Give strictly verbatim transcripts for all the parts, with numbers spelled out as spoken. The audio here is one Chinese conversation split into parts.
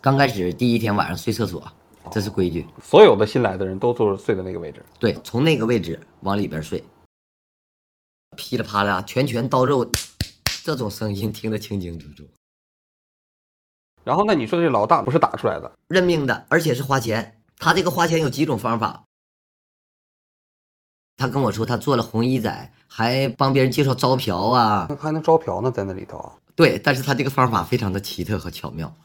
刚开始第一天晚上睡厕所，这是规矩。 所有的新来的人都都是睡的那个位置。 对，从那个位置往里边睡，噼里啪啦，拳拳到肉，这种声音听得清清楚楚。 然后，那你说这老大不是打出来的， 认命的，而且是花钱。他这个花钱有几种方法。他跟我说，他做了红衣仔，还帮别人介绍招嫖啊， 还能招嫖呢，在那里头。 对，但是他这个方法非常的奇特和巧妙。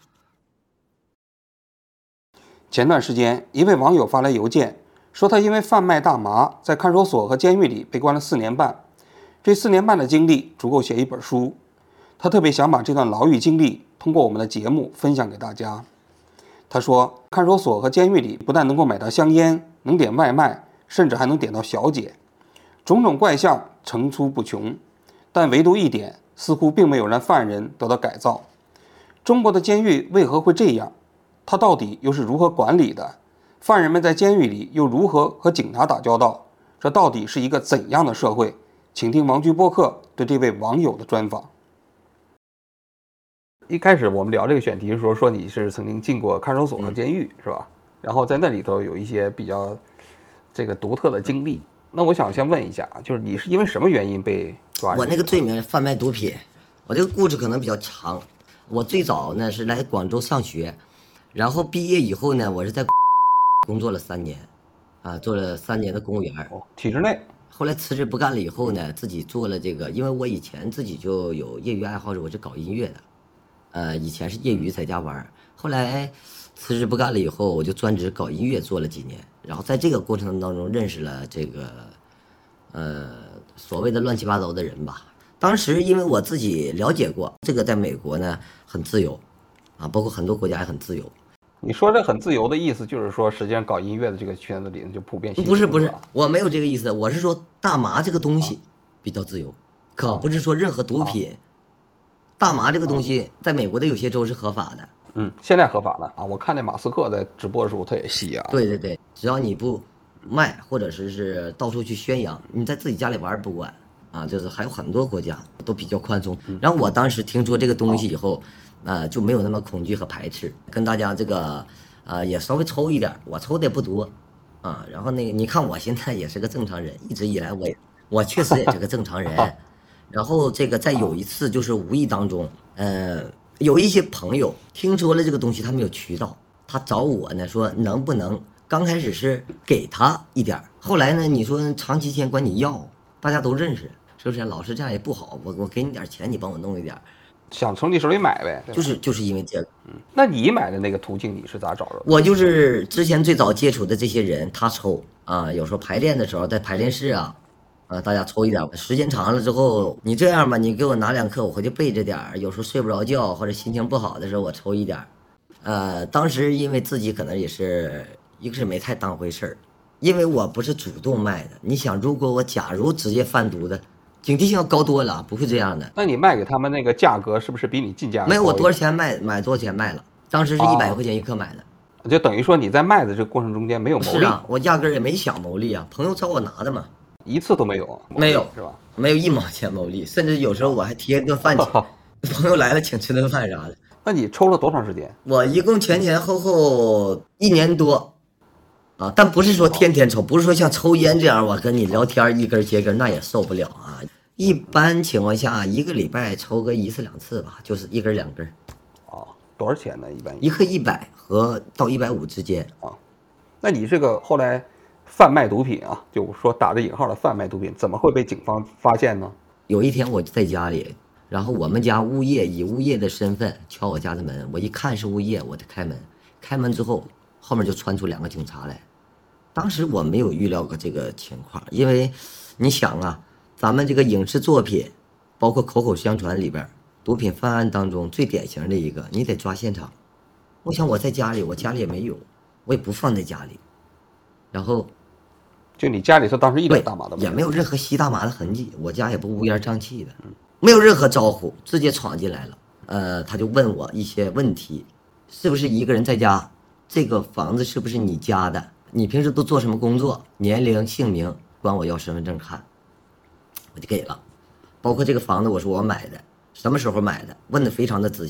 前段时间，一位网友发来邮件，说他因为贩卖大麻，在看守所和监狱里被关了四年半。这四年半的经历足够写一本书。他特别想把这段牢狱经历通过我们的节目分享给大家。他说，看守所和监狱里不但能够买到香烟，能点外卖，甚至还能点到小姐，种种怪象层出不穷。但唯独一点，似乎并没有让犯人得到改造。中国的监狱为何会这样？它到底又是如何管理的？犯人们在监狱里又如何和警察打交道？这到底是一个怎样的社会？请听王居播客对这位网友的专访。一开始我们聊这个选题的时候，说你是曾经进过看守所和监狱，是吧？然后在那里头有一些比较这个独特的经历。那我想先问一下，就是你是因为什么原因被抓？ 我那个罪名贩卖毒品。我这个故事可能比较长。我最早呢是来广州上学，然后毕业以后呢，我是在工作了三年，啊，做了三年的公务员。 哦，体制内。 后来辞职不干了以后呢，自己做了这个，因为我以前自己就有业余爱好，我是搞音乐的。呃，以前是业余在家玩，后来辞职不干了以后，我就专职搞音乐做了几年，然后在这个过程当中认识了这个，呃，所谓的乱七八糟的人吧。当时因为我自己了解过，这个在美国呢很自由，啊，包括很多国家也很自由。 你说这很自由的意思，就是说实际上搞音乐的这个圈子里就普遍性。 不是不是，我没有这个意思，我是说大麻这个东西比较自由，可不是说任何毒品。大麻这个东西在美国的有些州是合法的。 嗯，现在合法了啊！我看那马斯克在直播的时候，他也吸啊。 对对对，只要你不卖，或者是是到处去宣扬，你在自己家里玩不管啊。就是还有很多国家都比较宽松。然后我当时听说这个东西以后，呃，就没有那么恐惧和排斥，跟大家这个呃也稍微抽一点，我抽的也不多啊。然后那个你看我现在也是个正常人，一直以来我我确实也是个正常人。然后这个在有一次就是无意当中，呃，有一些朋友听说了这个东西，他没有渠道，他找我呢说能不能，刚开始是给他一点，后来呢你说长期间管你要，大家都认识，是不是？老是这样也不好，我我给你点钱，你帮我弄一点， 想从你手里买呗， 就是就是因为这个。 嗯，那你买的那个途径你是咋找着的？ 我就是之前最早接触的这些人，他抽啊，有时候排练的时候在排练室啊。呃，大家抽一点，时间长了之后，你这样吧，你给我拿两颗，我回去备着点儿。有时候睡不着觉或者心情不好的时候，我抽一点。呃，当时因为自己可能也是一个是没太当回事儿，因为我不是主动卖的。你想，如果我假如直接贩毒的，警惕性要高多了，不会这样的。 那你卖给他们那个价格是不是比你进价？ 没有，我多少钱卖，买多少钱卖了。当时是一百块钱一颗买的。 哦，就等于说你在卖的这个过程中间没有牟利。 是啊，我压根儿也没想牟利啊，朋友找我拿的嘛。 一次都没有， 没有是吧？ 没有一毛钱牟利，甚至有时候我还贴顿饭钱，朋友来了请吃顿饭啥的。 那你抽了多长时间？ 我一共前前后后一年多，啊，但不是说天天抽，不是说像抽烟这样，我跟你聊天一根接根，那也受不了啊。一般情况下，一个礼拜抽个一次两次吧，就是一根两根。 哦，多少钱呢？一般一克一百和到一百五之间啊。那你这个后来贩卖毒品啊，就说打着引号的贩卖毒品，怎么会被警方发现呢？ 有一天我在家里，然后我们家物业以物业的身份敲我家的门，我一看是物业，我就开门。开门之后，后面就窜出两个警察来。当时我没有预料过这个情况，因为你想啊，咱们这个影视作品，包括口口相传里边，毒品犯案当中最典型的一个，你得抓现场。我想我在家里，我家里也没有，我也不放在家里，然后。 就你家里头当时一点大麻都没有， 也没有任何吸大麻的痕迹，我家也不乌烟瘴气的，没有任何招呼，直接闯进来了。呃，他就问我一些问题，是不是一个人在家？这个房子是不是你家的？你平时都做什么工作？年龄、姓名，管我要身份证看，我就给了。包括这个房子，我说我买的，什么时候买的？问的非常的仔细。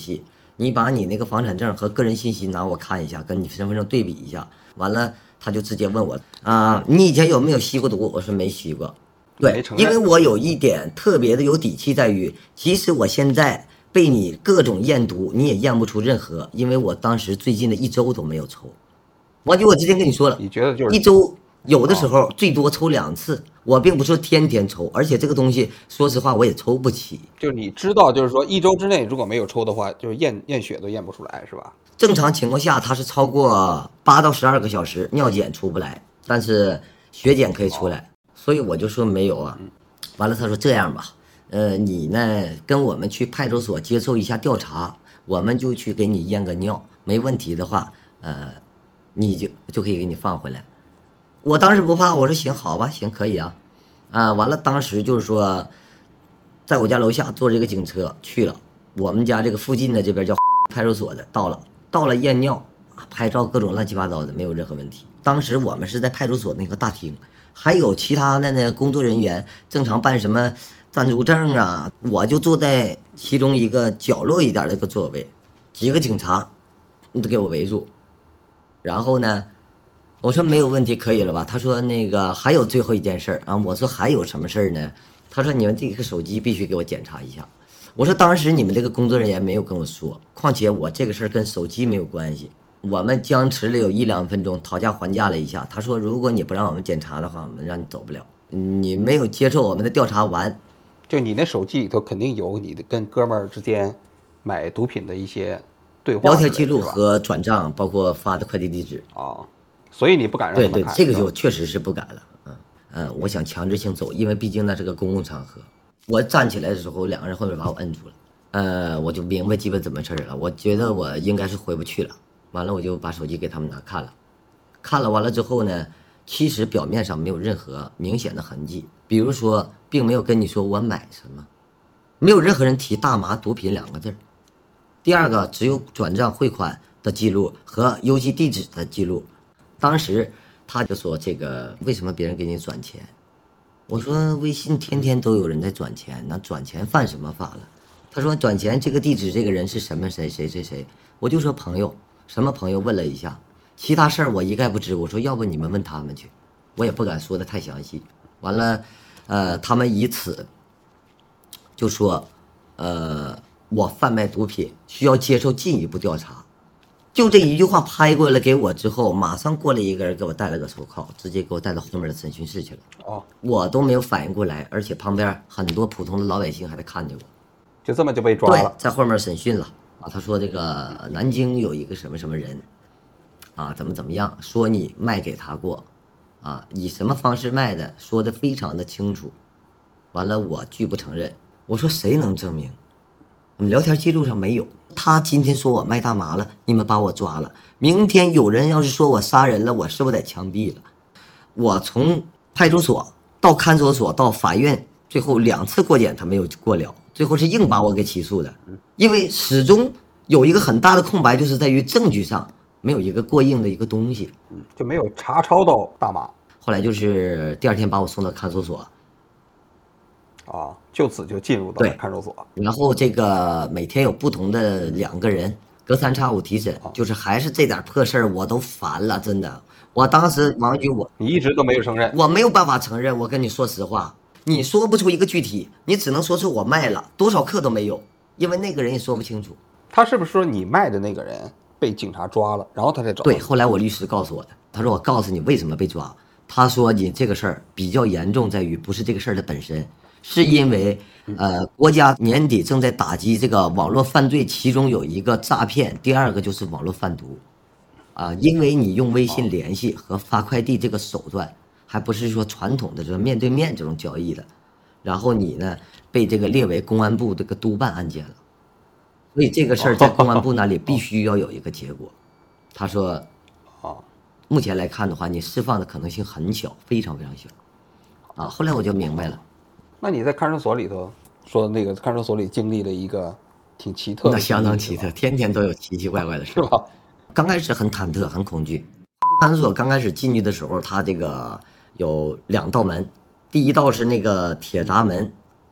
你把你那个房产证和个人信息拿我看一下，跟你身份证对比一下。完了，他就直接问我啊，你以前有没有吸过毒？我说没吸过。对，因为我有一点特别的有底气，在于即使我现在被你各种验毒，你也验不出任何，因为我当时最近的一周都没有抽。我就我之前跟你说了， 你觉得就是一周有的时候最多抽两次，我并不是说天天抽，而且这个东西说实话我也抽不起。 就是你知道，就是说一周之内如果没有抽的话，就是验验血都验不出来，是吧？ 正常情况下它是超过八到十二个小时，尿检出不来，但是血检可以出来，所以我就说没有啊。完了他说这样吧，呃，你呢跟我们去派出所接受一下调查，我们就去给你验个尿，没问题的话，呃，你就就可以给你放回来。我当时不怕，我说行，好吧，行，可以啊，啊，完了，当时就是说，在我家楼下坐这个警车去了，我们家这个附近的这边叫派出所的，到了，到了验尿，拍照各种乱七八糟的，没有任何问题。当时我们是在派出所那个大厅，还有其他的那工作人员正常办什么暂住证啊，我就坐在其中一个角落一点的一个座位，几个警察都给我围住，然后呢。我说没有问题，可以了吧？他说那个还有最后一件事儿啊。我说还有什么事儿呢？他说你们这个手机必须给我检查一下。我说当时你们这个工作人员没有跟我说，况且我这个事儿跟手机没有关系。我们僵持了有一两分钟，讨价还价了一下。他说如果你不让我们检查的话，我们让你走不了。你没有接受我们的调查完， 就你那手机里头肯定有你的跟哥们儿之间买毒品的一些对话、 聊天记录和转账，包括发的快递地址啊。哦，所以你不敢让他们对对， 看， 这个就确实是不敢了。嗯嗯，我想强制性走，因为毕竟那是个公共场合。我站起来的时候，两个人后面把我摁住了。呃，我就明白基本怎么事儿了。我觉得我应该是回不去了。完了，我就把手机给他们拿看了，看了完了之后呢，其实表面上没有任何明显的痕迹，比如说，并没有跟你说我买什么，没有任何人提大麻毒品两个字儿。第二个，只有转账汇款的记录和邮寄地址的记录。当时他就说这个为什么别人给你转钱？我说微信天天都有人在转钱，那转钱犯什么法了？他说转钱这个地址这个人是什么谁谁谁谁？我就说朋友，什么朋友？问了一下，其他事儿我一概不知。我说要不你们问他们去，我也不敢说的太详细。完了，呃，他们以此就说，呃，我贩卖毒品需要接受进一步调查。就这一句话拍过来给我之后，马上过来一个人给我戴了个手铐，直接给我带到后面的审讯室去了。 哦， 我都没有反应过来，而且旁边很多普通的老百姓还在看着我， 就这么就被抓对了。， 在后面审讯了啊。他说这个南京有一个什么什么人，啊，怎么怎么样，说你卖给他过，啊，以什么方式卖的，说的非常的清楚。完了，我拒不承认。我说谁能证明？我们聊天记录上没有。他今天说我卖大麻了，你们把我抓了。明天有人要是说我杀人了，我是不是得枪毙了？我从派出所到看守所到法院，最后两次过检他没有过了，最后是硬把我给起诉的。因为始终有一个很大的空白，就是在于证据上没有一个过硬的一个东西。 就没有查抄到大麻后来就是第二天把我送到看守所， 啊，就此就进入到了看守所。 然后这个每天有不同的两个人，隔三差五提审，就是还是这点破事儿，我都烦了，真的。我当时王局我你一直都没有承认。 我没有办法承认，我跟你说实话，你说不出一个具体，你只能说出我卖了多少克都没有，因为那个人也说不清楚。 他是不是说你卖的那个人被警察抓了，然后他才找？ 对，后来我律师告诉我的，他说我告诉你为什么被抓，他说你这个事儿比较严重，在于不是这个事儿的本身。是因为，呃，国家年底正在打击这个网络犯罪，其中有一个诈骗，第二个就是网络贩毒，啊，因为你用微信联系和发快递这个手段，还不是说传统的这种面对面这种交易的，然后你呢被这个列为公安部这个督办案件了，所以这个事儿在公安部那里必须要有一个结果。他说， 啊， 目前来看的话，你释放的可能性很小，非常非常小，啊，后来我就明白了。 那你在看守所里头说那个看守所里经历了一个挺奇特的， 那相当奇特，天天都有奇奇怪怪的事， 是吧？ 刚开始很忐忑，很恐惧。看守所刚开始进去的时候，它这个有两道门，第一道是那个铁闸门，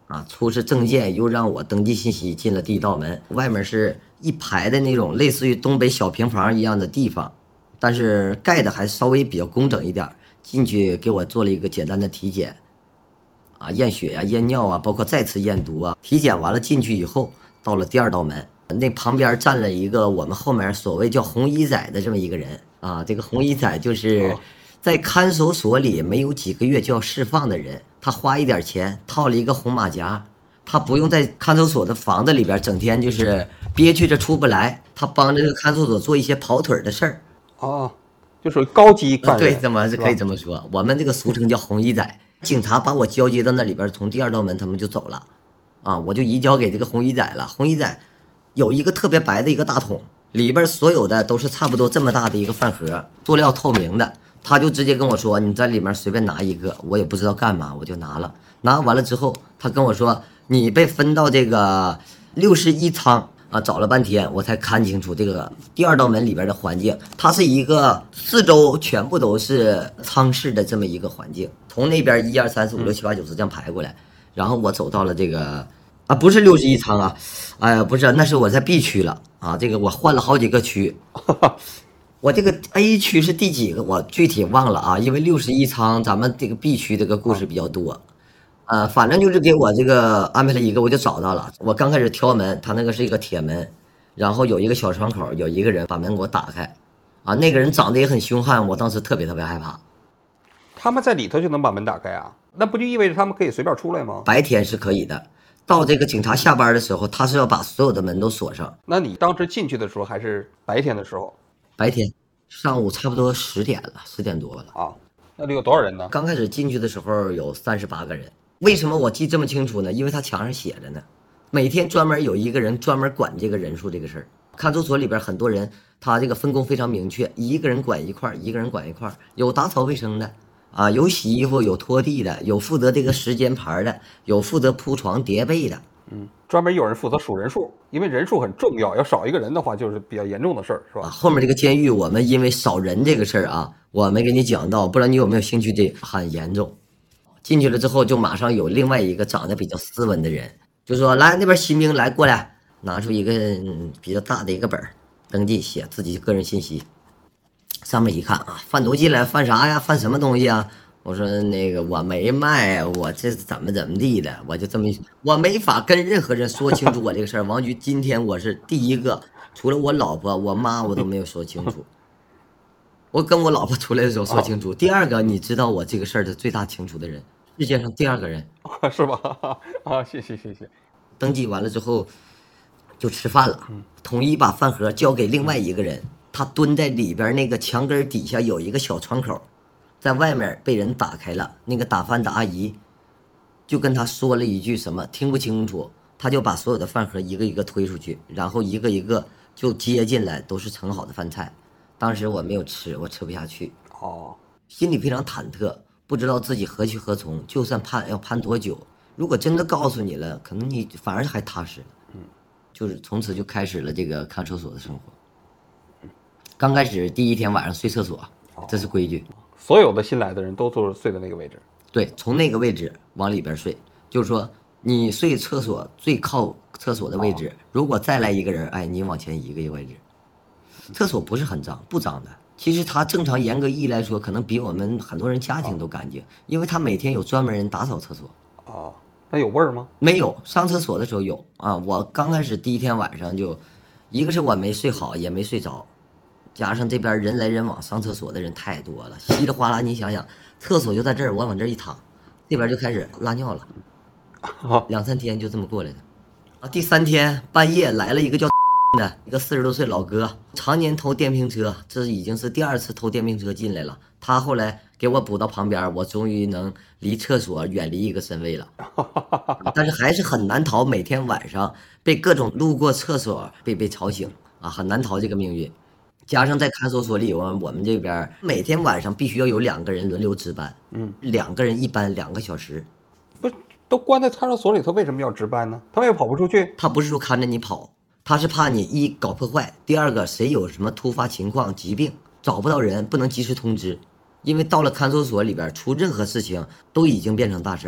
啊，出示证件，又让我登记信息，进了第一道门。外面是一排的那种类似于东北小平房一样的地方，但是盖的还稍微比较工整一点。进去给我做了一个简单的体检，啊，验血呀、啊、验尿啊，包括再次验毒啊。体检完了进去以后，到了第二道门，那旁边站了一个我们后面所谓叫红衣仔的这么一个人啊。这个红衣仔就是在看守所里没有几个月就要释放的人，他花一点钱套了一个红马甲，他不用在看守所的房子里边整天就是憋屈着出不来，他帮这个看守所做一些跑腿的事儿。 哦，就属于高级犯人。 对，这么是可以这么说。我们这个俗称叫红衣仔。警察把我交接到那里边，从第二道门他们就走了，啊，我就移交给这个红衣仔了。红衣仔有一个特别白的一个大桶，里边所有的都是差不多这么大的一个饭盒，塑料透明的。他就直接跟我说：“你在里面随便拿一个。”我也不知道干嘛，我就拿了。拿完了之后，他跟我说：“你被分到这个六十一舱。”啊，找了半天我才看清楚这个第二道门里边的环境，它是一个四周全部都是舱室的这么一个环境，从那边一二三四五六七八九十这样排过来，然后我走到了这个啊，不是六十一舱啊，哎呀，不是，那是我在 B 区了啊，这个我换了好几个区，我这个 A 区是第几个我具体忘了啊，因为六十一舱咱们这个 B 区这个故事比较多。呃，反正就是给我这个安排了一个，我就找到了。我刚开始挑门，他那个是一个铁门，然后有一个小窗口，有一个人把门给我打开，啊，那个人长得也很凶悍，我当时特别特别害怕。 他们在里头就能把门打开啊？那不就意味着他们可以随便出来吗？ 白天是可以的，到这个警察下班的时候，他是要把所有的门都锁上。 那你当时进去的时候还是白天的时候？ 白天，上午差不多十点了，十点多了啊。那里有多少人呢？ 刚开始进去的时候有三十八个人。为什么我记这么清楚呢？因为他墙上写着呢，每天专门有一个人专门管这个人数这个事儿。看守所里边很多人，他这个分工非常明确，一个人管一块，一个人管一块，有打扫卫生的啊，有洗衣服，有拖地的，有负责这个时间牌的，有负责铺床叠被的。 嗯，专门有人负责数人数，因为人数很重要，要少一个人的话就是比较严重的事儿，是吧？ 啊，后面这个监狱我们因为少人这个事儿啊，我没给你讲到，不知道你有没有兴趣？这很严重。进去了之后，就马上有另外一个长得比较斯文的人，就说：“来，那边新兵来过来，拿出一个比较大的一个本儿，登记写自己个人信息。上面一看啊，贩毒进来，贩啥呀？贩什么东西啊？”我说：“那个我没卖，我这怎么怎么地的，我就这么，我没法跟任何人说清楚我这个事儿。王局，今天我是第一个，除了我老婆、我妈，我都没有说清楚。”我跟我老婆出来的时候说清楚。第二个，你知道我这个事儿的最大清楚的人，世界上第二个人， 是吧？啊，谢谢谢谢。 登记完了之后，就吃饭了，统一把饭盒交给另外一个人，他蹲在里边那个墙根底下有一个小窗口，在外面被人打开了。那个打饭的阿姨就跟他说了一句什么，听不清楚，他就把所有的饭盒一个一个推出去，然后一个一个就接进来，都是盛好的饭菜。当时我没有吃，我吃不下去， 哦， 心里非常忐忑，不知道自己何去何从。就算判要判多久，如果真的告诉你了，可能你反而还踏实。嗯，就是从此就开始了这个看守所的生活。刚开始第一天晚上睡厕所，这是规矩， 所有的新来的人都都是睡在那个位置。 对，从那个位置往里边睡，就是说你睡厕所最靠厕所的位置，如果再来一个人，哎，你往前移个位置。厕所不是很脏，不脏的。其实它正常严格意义来说，可能比我们很多人家庭都干净，因为它每天有专门人打扫厕所。 哦，那有味儿吗？ 没有，上厕所的时候有啊。我刚开始第一天晚上就，一个是我没睡好，也没睡着，加上这边人来人往，上厕所的人太多了，稀里哗啦。你想想，厕所就在这儿，我往这儿一躺，这边就开始拉尿了。两三天就这么过来的。啊，第三天半夜来了一个叫的一个四十多岁老哥，常年偷电瓶车，这已经是第二次偷电瓶车进来了。他后来给我补到旁边，我终于能离厕所远离一个身位了。但是还是很难逃，每天晚上被各种路过厕所被被吵醒啊，很难逃这个命运。加上在看守所里，我我们这边每天晚上必须要有两个人轮流值班，嗯，两个人一班两个小时。 不是都关在看守所里头，为什么要值班呢？他们也跑不出去。 他不是说看着你跑。他是怕你一搞破坏，第二个谁有什么突发情况、疾病找不到人，不能及时通知，因为到了看守所里边出任何事情都已经变成大事了，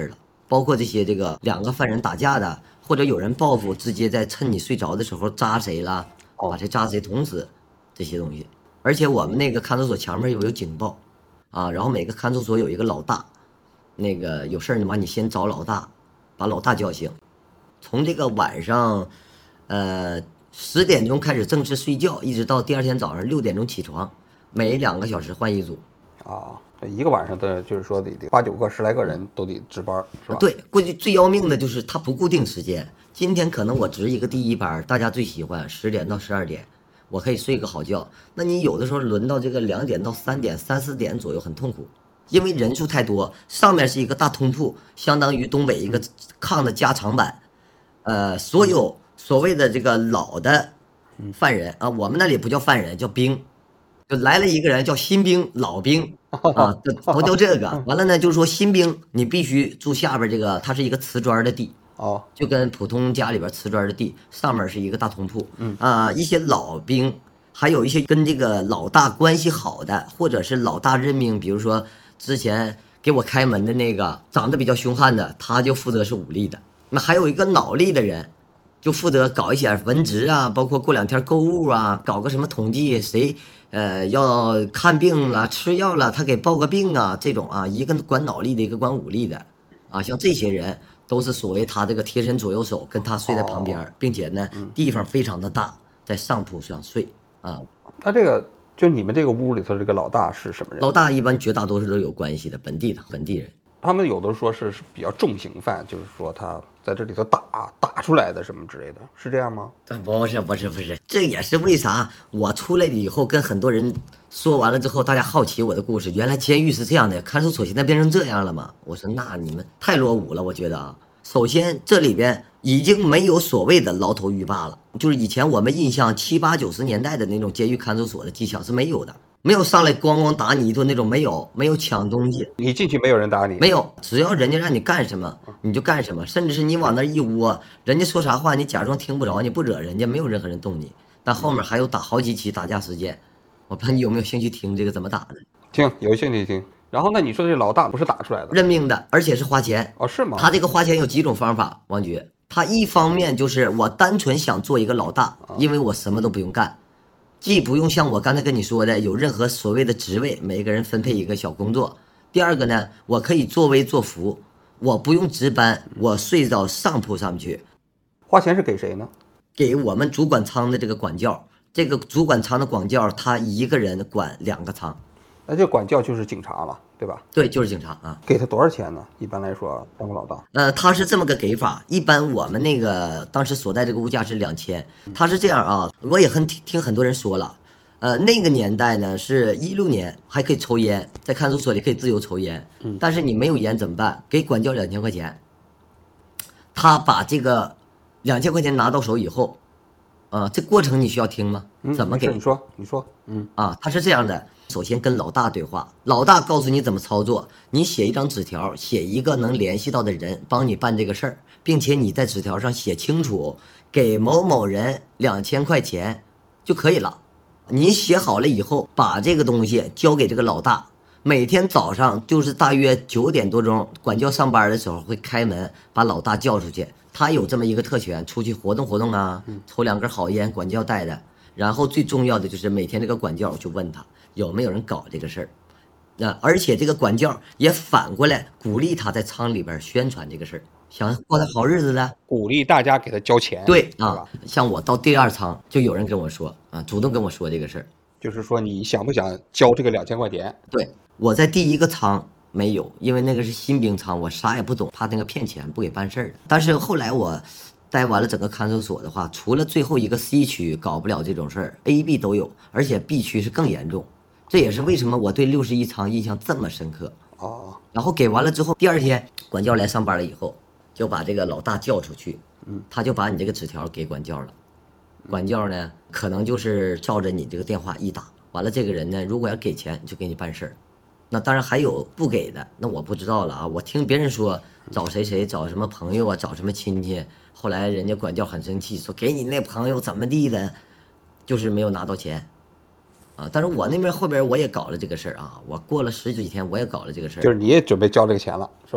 包括这些这个两个犯人打架的，或者有人报复，直接在趁你睡着的时候扎谁了，把谁扎谁捅死，这些东西。而且我们那个看守所前面有有警报，啊，然后每个看守所有一个老大，那个有事儿呢嘛，你先找老大，把老大叫醒，从这个晚上，呃十点钟开始正式睡觉，一直到第二天早上六点钟起床，每两个小时换一组。 啊，一个晚上的就是说得得八九个十来个人都得值班，是吧？ 对，估计最要命的就是他不固定时间，今天可能我值一个第一班，大家最喜欢十点到十二点。我可以睡个好觉，那你有的时候轮到这个两点到三点、三四点左右很痛苦，因为人数太多，上面是一个大通铺，相当于东北一个炕的加长版，呃，所有所谓的这个老的犯人啊，我们那里不叫犯人，叫兵，就来了一个人叫新兵、老兵啊，都叫这个。完了呢，就是说新兵你必须住下边这个，它是一个瓷砖的地。 哦， 就跟普通家里边瓷砖的地，上面是一个大通铺。嗯啊，一些老兵，还有一些跟这个老大关系好的，或者是老大任命，比如说之前给我开门的那个长得比较凶悍的，他就负责是武力的。那还有一个脑力的人，就负责搞一些文职啊，包括过两天购物啊，搞个什么统计，谁呃要看病了、吃药了，他给报个病啊，这种啊，一个管脑力的，一个管武力的，啊，像这些人。都是所谓他这个贴身左右手，跟他睡在旁边，哦、并且呢，地方非常的大，在上铺上睡啊。 他这个就你们这个屋里头这个老大是什么人？ 老大一般绝大多数都有关系的，本地的本地人。 他们有的说是是比较重刑犯，就是说他在这里头打打出来的什么之类的，是这样吗？ 不是不是不是，这也是为啥我出来以后跟很多人说完了之后，大家好奇我的故事。原来监狱是这样的，看守所现在变成这样了吗？我说那你们太落伍了，我觉得啊。首先，这里边已经没有所谓的牢头狱霸了，就是以前我们印象七八九十年代的那种监狱看守所的技巧是没有的，没有上来咣咣打你一顿那种，没有，没有抢东西， 你进去没有人打你， 没有，只要人家让你干什么你就干什么，甚至是你往那一窝，人家说啥话你假装听不着，你不惹人家，没有任何人动你。但后面还有打好几起打架事件，我不知道你有没有兴趣听这个怎么打的？ 听，有兴趣听。然后那你说这老大不是打出来的， 任命的，而且是花钱哦？是吗？ 他这个花钱有几种方法，王局。他一方面就是我单纯想做一个老大，因为我什么都不用干，既不用像我刚才跟你说的有任何所谓的职位，每个人分配一个小工作。第二个呢，我可以作威作福，我不用值班，我睡到上铺上去。 花钱是给谁呢？ 给我们主管舱的这个管教，这个主管舱的管教他一个人管两个舱。 那这管教就是警察了，对吧？ 对，就是警察啊。 给他多少钱呢？一般来说，当个老大。 呃，他是这么个给法。一般我们那个当时所在这个物价是两千。他是这样啊，我也很听听很多人说了，呃，那个年代呢是一六年还可以抽烟，在看守所里可以自由抽烟。嗯。但是你没有烟怎么办？给管教两千块钱。他把这个两千块钱拿到手以后，啊、呃，这过程你需要听吗？怎么给？ 你说，你说，嗯啊，他是这样的。首先跟老大对话，老大告诉你怎么操作，你写一张纸条，写一个能联系到的人帮你办这个事儿，并且你在纸条上写清楚给某某人两千块钱就可以了。你写好了以后，把这个东西交给这个老大，每天早上就是大约九点多钟，管教上班的时候会开门把老大叫出去，他有这么一个特权，出去活动活动啊，抽两根好烟，管教带的。然后最重要的就是每天这个管教就问他有没有人搞这个事儿，那而且这个管教也反过来鼓励他在仓里边宣传这个事儿，想过他好日子了， 鼓励大家给他交钱。 对啊，像我到第二仓就有人跟我说啊，主动跟我说这个事儿， 就是说你想不想交这个两千块钱？ 对，我在第一个仓没有，因为那个是新兵仓，我啥也不懂，怕那个骗钱不给办事儿。但是后来我待完了整个看守所的话，除了最后一个 C 区搞不了这种事儿 ，A、B 都有，而且 B 区是更严重。这也是为什么我对六十一仓印象这么深刻。 哦， 然后给完了之后，第二天管教来上班了以后，就把这个老大叫出去，嗯，他就把你这个纸条给管教了。管教呢，可能就是照着你这个电话一打，完了这个人呢，如果要给钱就给你办事儿。那当然还有不给的，那我不知道了啊。我听别人说找谁谁找什么朋友啊，找什么亲戚，后来人家管教很生气，说给你那朋友怎么地的，就是没有拿到钱啊。但是我那边后边我也搞了这个事儿啊，我过了十几天我也搞了这个事儿， 就是你也准备交这个钱了是吧？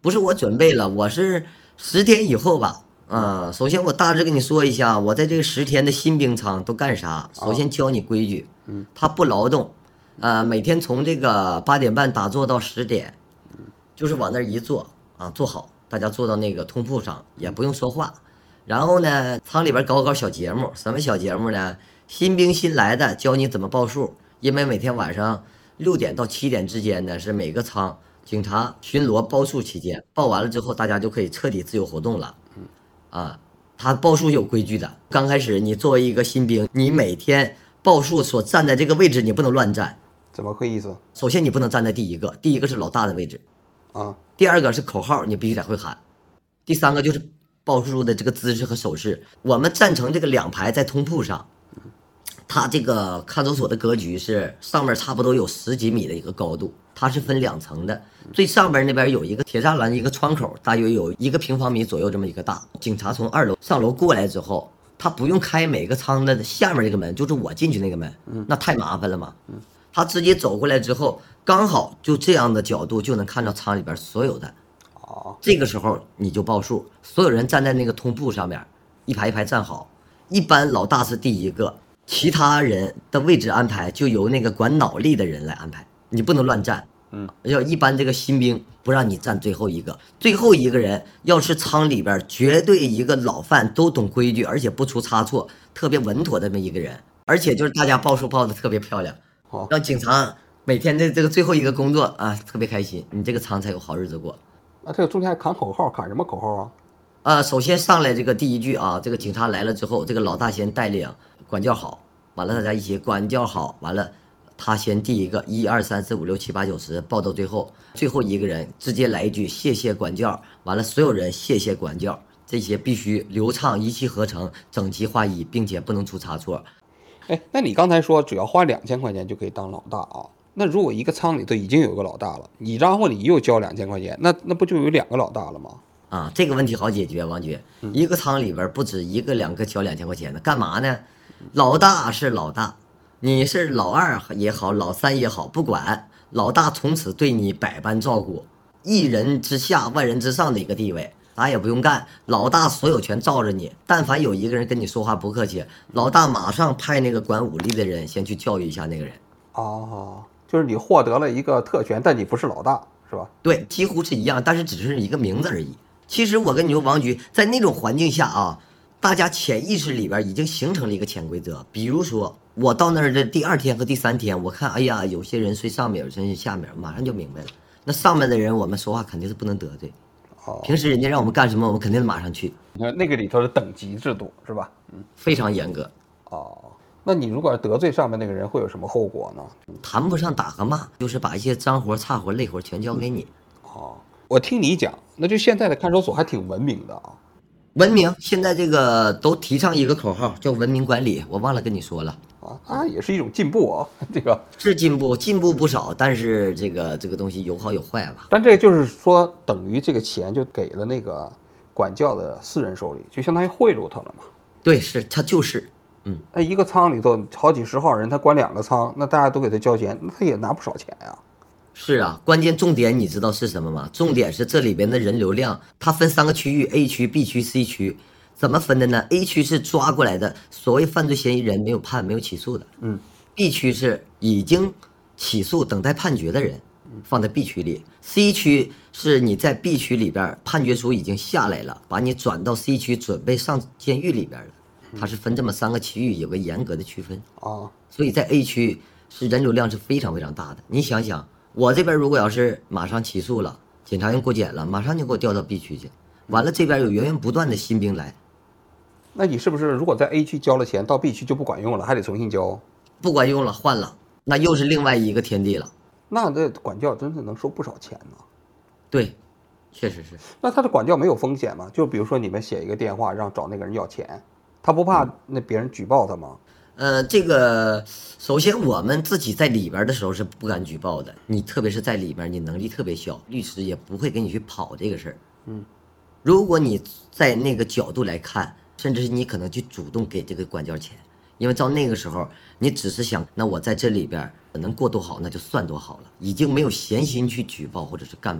不是我准备了，我是十天以后吧。啊，首先我大致跟你说一下，我在这个十天的新兵舱都干啥。首先教你规矩，嗯，他不劳动，呃，每天从这个八点半打坐到十点，就是往那儿一坐啊，坐好，大家坐到那个通铺上，也不用说话。然后呢，舱里边搞搞小节目，什么小节目呢？新兵新来的教你怎么报数，因为每天晚上六点到七点之间呢，是每个舱警察巡逻报数期间，报完了之后，大家就可以彻底自由活动了。啊，他报数有规矩的。刚开始你作为一个新兵，你每天报数所站在这个位置，你不能乱站。 怎么个意思？ 首先你不能站在第一个，第一个是老大的位置， 啊， 第二个是口号，你必须得会喊，第三个就是报数的这个姿势和手势。我们站成这个两排在通铺上，它这个看守所的格局是上面差不多有十几米的一个高度，它是分两层的，最上边那边有一个铁栅栏，一个窗口，大约有一个平方米左右这么一个大。警察从二楼上楼过来之后，他不用开每个舱的下面这个门，就是我进去那个门，那太麻烦了嘛。他直接走过来之后，刚好就这样的角度就能看到舱里边所有的。这个时候你就报数，所有人站在那个通铺上面，一排一排站好。一般老大是第一个，其他人的位置安排就由那个管脑力的人来安排，你不能乱站。嗯，要一般这个新兵不让你站最后一个，最后一个人要是舱里边绝对一个老犯，都懂规矩，而且不出差错，特别稳妥的这么一个人，而且就是大家报数报的特别漂亮，让警察每天的这个最后一个工作啊特别开心，你这个舱才有好日子过。 啊，这个中间还喊口号，喊什么口号啊？ 啊，首先上来这个第一句啊，这个警察来了之后，这个老大先带领管教好，完了大家一起管教好，完了他先第一个一二三四五六七八九十报到最后，最后一个人直接来一句谢谢管教，完了所有人谢谢管教，这些必须流畅一气呵成，整齐划一，并且不能出差错。 哎，那你刚才说只要花两千块钱就可以当老大啊？那如果一个舱里头已经有个老大了，你然后你又交两千块钱，那那不就有两个老大了吗？ 啊，这个问题好解决，王局。一个舱里边不止一个两个交两千块钱的，干嘛呢？老大是老大，你是老二也好，老三也好，不管，老大从此对你百般照顾，一人之下万人之上的一个地位，啥也不用干，老大所有权罩着你。但凡有一个人跟你说话不客气，老大马上派那个管武力的人先去教育一下那个人。 哦，就是你获得了一个特权，但你不是老大，是吧？ 对，几乎是一样，但是只是一个名字而已。其实我跟你说，王局在那种环境下啊，大家潜意识里边已经形成了一个潜规则。比如说，我到那儿的第二天和第三天，我看，哎呀，有些人睡上面，有些人睡下面，马上就明白了。那上面的人，我们说话肯定是不能得罪。哦，平时人家让我们干什么，我们肯定是马上去。 你看那个里头的等级制度是吧？ 嗯，非常严格。 哦，那你如果得罪上面那个人，会有什么后果呢？ 谈不上打和骂，就是把一些脏活、差活、累活全交给你。 哦，我听你讲，那就现在的看守所还挺文明的啊。 文明，现在这个都提倡一个口号，叫文明管理，我忘了跟你说了。 啊，啊，也是一种进步啊，这个是进步，进步不少，但是这个这个东西有好有坏吧。 但这就是说，等于这个钱就给了那个管教的私人手里，就相当于贿赂他了嘛。 对，是他就是，嗯， 那一个舱里头好几十号人，他管两个舱，那大家都给他交钱，那他也拿不少钱呀。 是啊，关键重点你知道是什么吗？重点是这里边的人流量，它分三个区域 ：A 区、B 区、C 区。怎么分的呢 ？A 区是抓过来的所谓犯罪嫌疑人，没有判、没有起诉的。嗯。B 区是已经起诉、等待判决的人，放在 B 区里。C 区是你在 B 区里边判决书已经下来了，把你转到 C 区，准备上监狱里边了。它是分这么三个区域，有个严格的区分。哦。所以在 A 区是人流量是非常非常大的。你想想。我这边如果要是马上起诉了，检察院过检了，马上就给我调到 B 区去，完了这边有源源不断的新兵来， 那你是不是如果在 A 区交了钱，到 B 区就不管用了，还得重新交？ 不管用了，换了，那又是另外一个天地了。 那这管教真是能收不少钱呢。 对，确实是。 那他的管教没有风险吗？就比如说你们写一个电话让找那个人要钱，他不怕那别人举报他吗？ 呃，这个首先我们自己在里边的时候是不敢举报的，你特别是在里边，你能力特别小，律师也不会给你去跑这个事儿。嗯，如果你在那个角度来看，甚至是你可能去主动给这个管教钱，因为到那个时候你只是想，那我在这里边能过多好，那就算多好了，已经没有闲心去举报或者是干嘛了。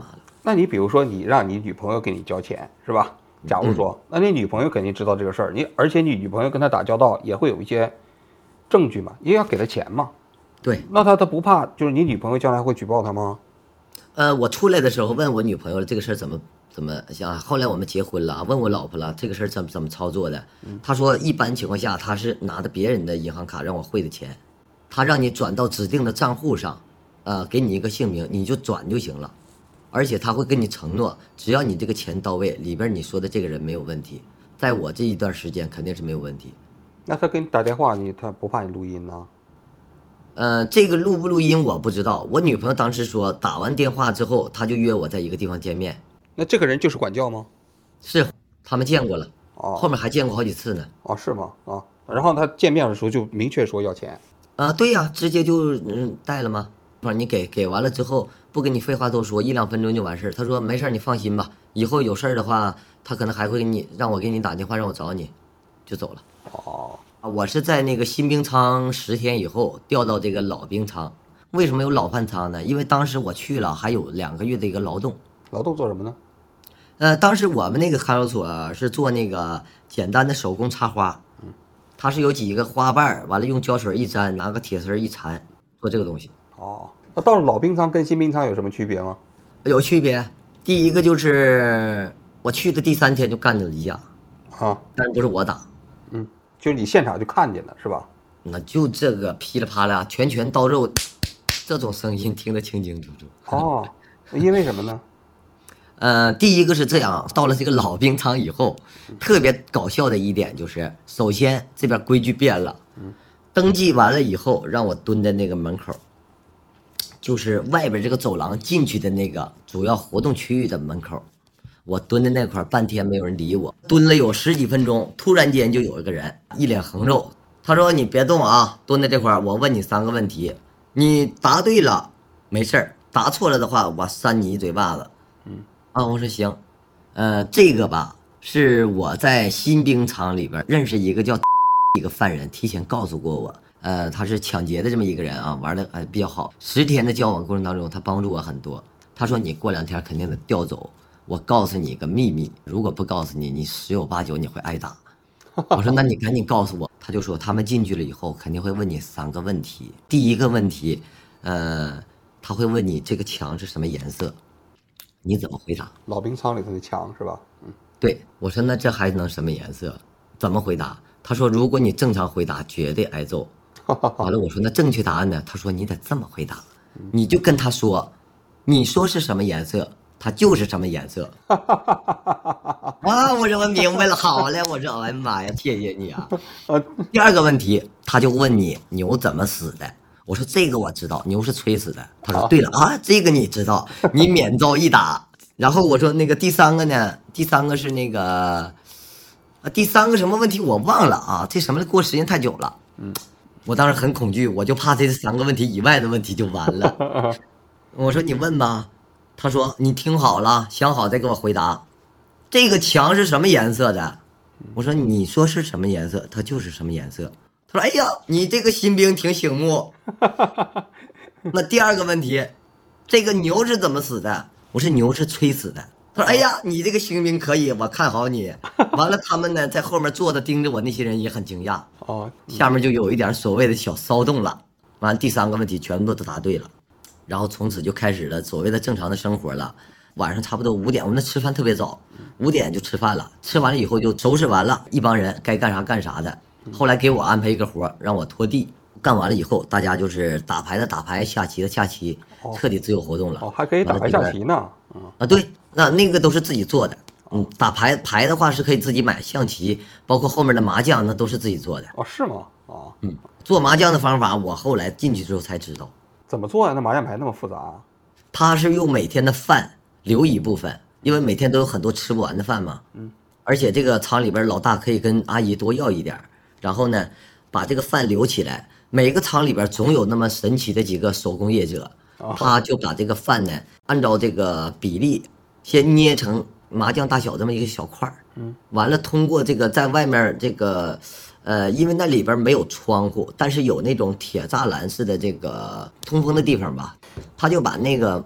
那你比如说你让你女朋友给你交钱是吧？假如说，那你女朋友肯定知道这个事儿，你而且你女朋友跟他打交道也会有一些证据嘛，也要给他钱嘛。 对， 那他他不怕，就是你女朋友将来会举报他吗？ 呃，我出来的时候问我女朋友了，这个事儿怎么怎么想？后来我们结婚了，问我老婆了，这个事儿怎么怎么操作的？她说一般情况下，她是拿着别人的银行卡让我汇的钱，她让你转到指定的账户上，呃，给你一个姓名，你就转就行了。而且他会跟你承诺，只要你这个钱到位，里边你说的这个人没有问题，在我这一段时间肯定是没有问题。 那他给你打电话，你他不怕你录音呢？ 呃，这个录不录音我不知道。我女朋友当时说，打完电话之后，她就约我在一个地方见面。 那这个人就是管教吗？ 是，他们见过了， 哦， 后面还见过好几次呢。 哦，是吗？啊，然后他见面的时候就明确说要钱。 啊，对呀，直接就嗯带了吗？不是你给给完了之后，不跟你废话多说，一两分钟就完事儿。他说没事儿，你放心吧，以后有事儿的话，他可能还会给你让我给你打电话，让我找你，就走了。 哦， 啊，我是在那个新兵仓十天以后调到这个老兵仓。为什么有老番仓呢？因为当时我去了，还有两个月的一个劳动。 劳动做什么呢？ 呃，当时我们那个看守所是做那个简单的手工插花，它是有几个花瓣儿，完了用胶水一粘，拿个铁丝一缠，做这个东西。 哦，那到了老兵仓跟新兵仓有什么区别吗？ 有区别。第一个就是我去的第三天就干了一架， 啊， 但是不是我打， 嗯，就是你现场就看见了是吧？ 那就这个噼里啪啦拳拳到肉，这种声音听得清清楚楚。 哦，因为什么呢？ 呃，第一个是这样，到了这个老兵仓以后，特别搞笑的一点就是，首先这边规矩变了，登记完了以后，让我蹲在那个门口，就是外边这个走廊进去的那个主要活动区域的门口，我蹲在那块儿半天没有人理我，蹲了有十几分钟，突然间就有一个人一脸横肉，他说你别动啊，蹲在这块儿，我问你三个问题，你答对了没事儿，答错了的话我扇你一嘴巴子。啊，我说行，呃，这个吧是我在新兵厂里边认识一个叫一个犯人，提前告诉过我，呃，他是抢劫的这么一个人啊，玩的呃比较好。十天的交往过程当中，他帮助我很多。他说你过两天肯定得调走，我告诉你一个秘密，如果不告诉你，你十有八九你会挨打。我说那你赶紧告诉我。他就说他们进去了以后肯定会问你三个问题，第一个问题，呃，他会问你这个墙是什么颜色。你怎么回答？ 老兵仓里头的墙是吧？嗯， 对，我说那这还能什么颜色？怎么回答？他说如果你正常回答，绝对挨揍。完了，我说那正确答案呢？他说你得这么回答，你就跟他说，你说是什么颜色，它就是什么颜色。啊，我说我明白了，好嘞，我说哎呀妈呀，谢谢你啊。第二个问题，他就问你牛怎么死的。我说这个我知道，牛是吹死的。他说对了啊，这个你知道，你免遭一打。然后我说那个第三个呢？第三个是那个，啊，第三个什么问题我忘了啊，这什么过时间太久了。嗯，我当时很恐惧，我就怕这三个问题以外的问题就完了。我说你问吧，他说你听好了，想好再给我回答。这个墙是什么颜色的？我说你说是什么颜色，它就是什么颜色。他说哎呀，你这个新兵挺醒目。那第二个问题，这个牛是怎么死的？我说牛是吹死的。他说哎呀，你这个新兵可以，我看好你。完了，他们呢在后面坐着盯着我，那些人也很惊讶。 哦， 下面就有一点所谓的小骚动了。完了，第三个问题全部都答对了，然后从此就开始了所谓的正常的生活了。晚上差不多五点，我们那吃饭特别早，五点就吃饭了。吃完了以后就收拾完了，一帮人该干啥干啥的。后来给我安排一个活，让我拖地。干完了以后，大家就是打牌的打牌，下棋的下棋，彻底自由活动了。 哦，还可以打牌下棋呢。嗯啊，对，那那个都是自己做的。嗯，打牌牌的话是可以自己买，象棋包括后面的麻将那都是自己做的。 哦，是吗？哦， 嗯，做麻将的方法我后来进去之后才知道。 怎么做呀？那麻将牌那么复杂啊？ 他是用每天的饭留一部分，因为每天都有很多吃不完的饭嘛。嗯，而且这个厂里边老大可以跟阿姨多要一点，然后呢，把这个饭留起来。每个厂里边总有那么神奇的几个手工业者，他就把这个饭呢，按照这个比例先捏成麻将大小这么一个小块儿，嗯，完了通过这个在外面这个，呃，因为那里边没有窗户，但是有那种铁栅栏似的这个通风的地方吧，他就把那个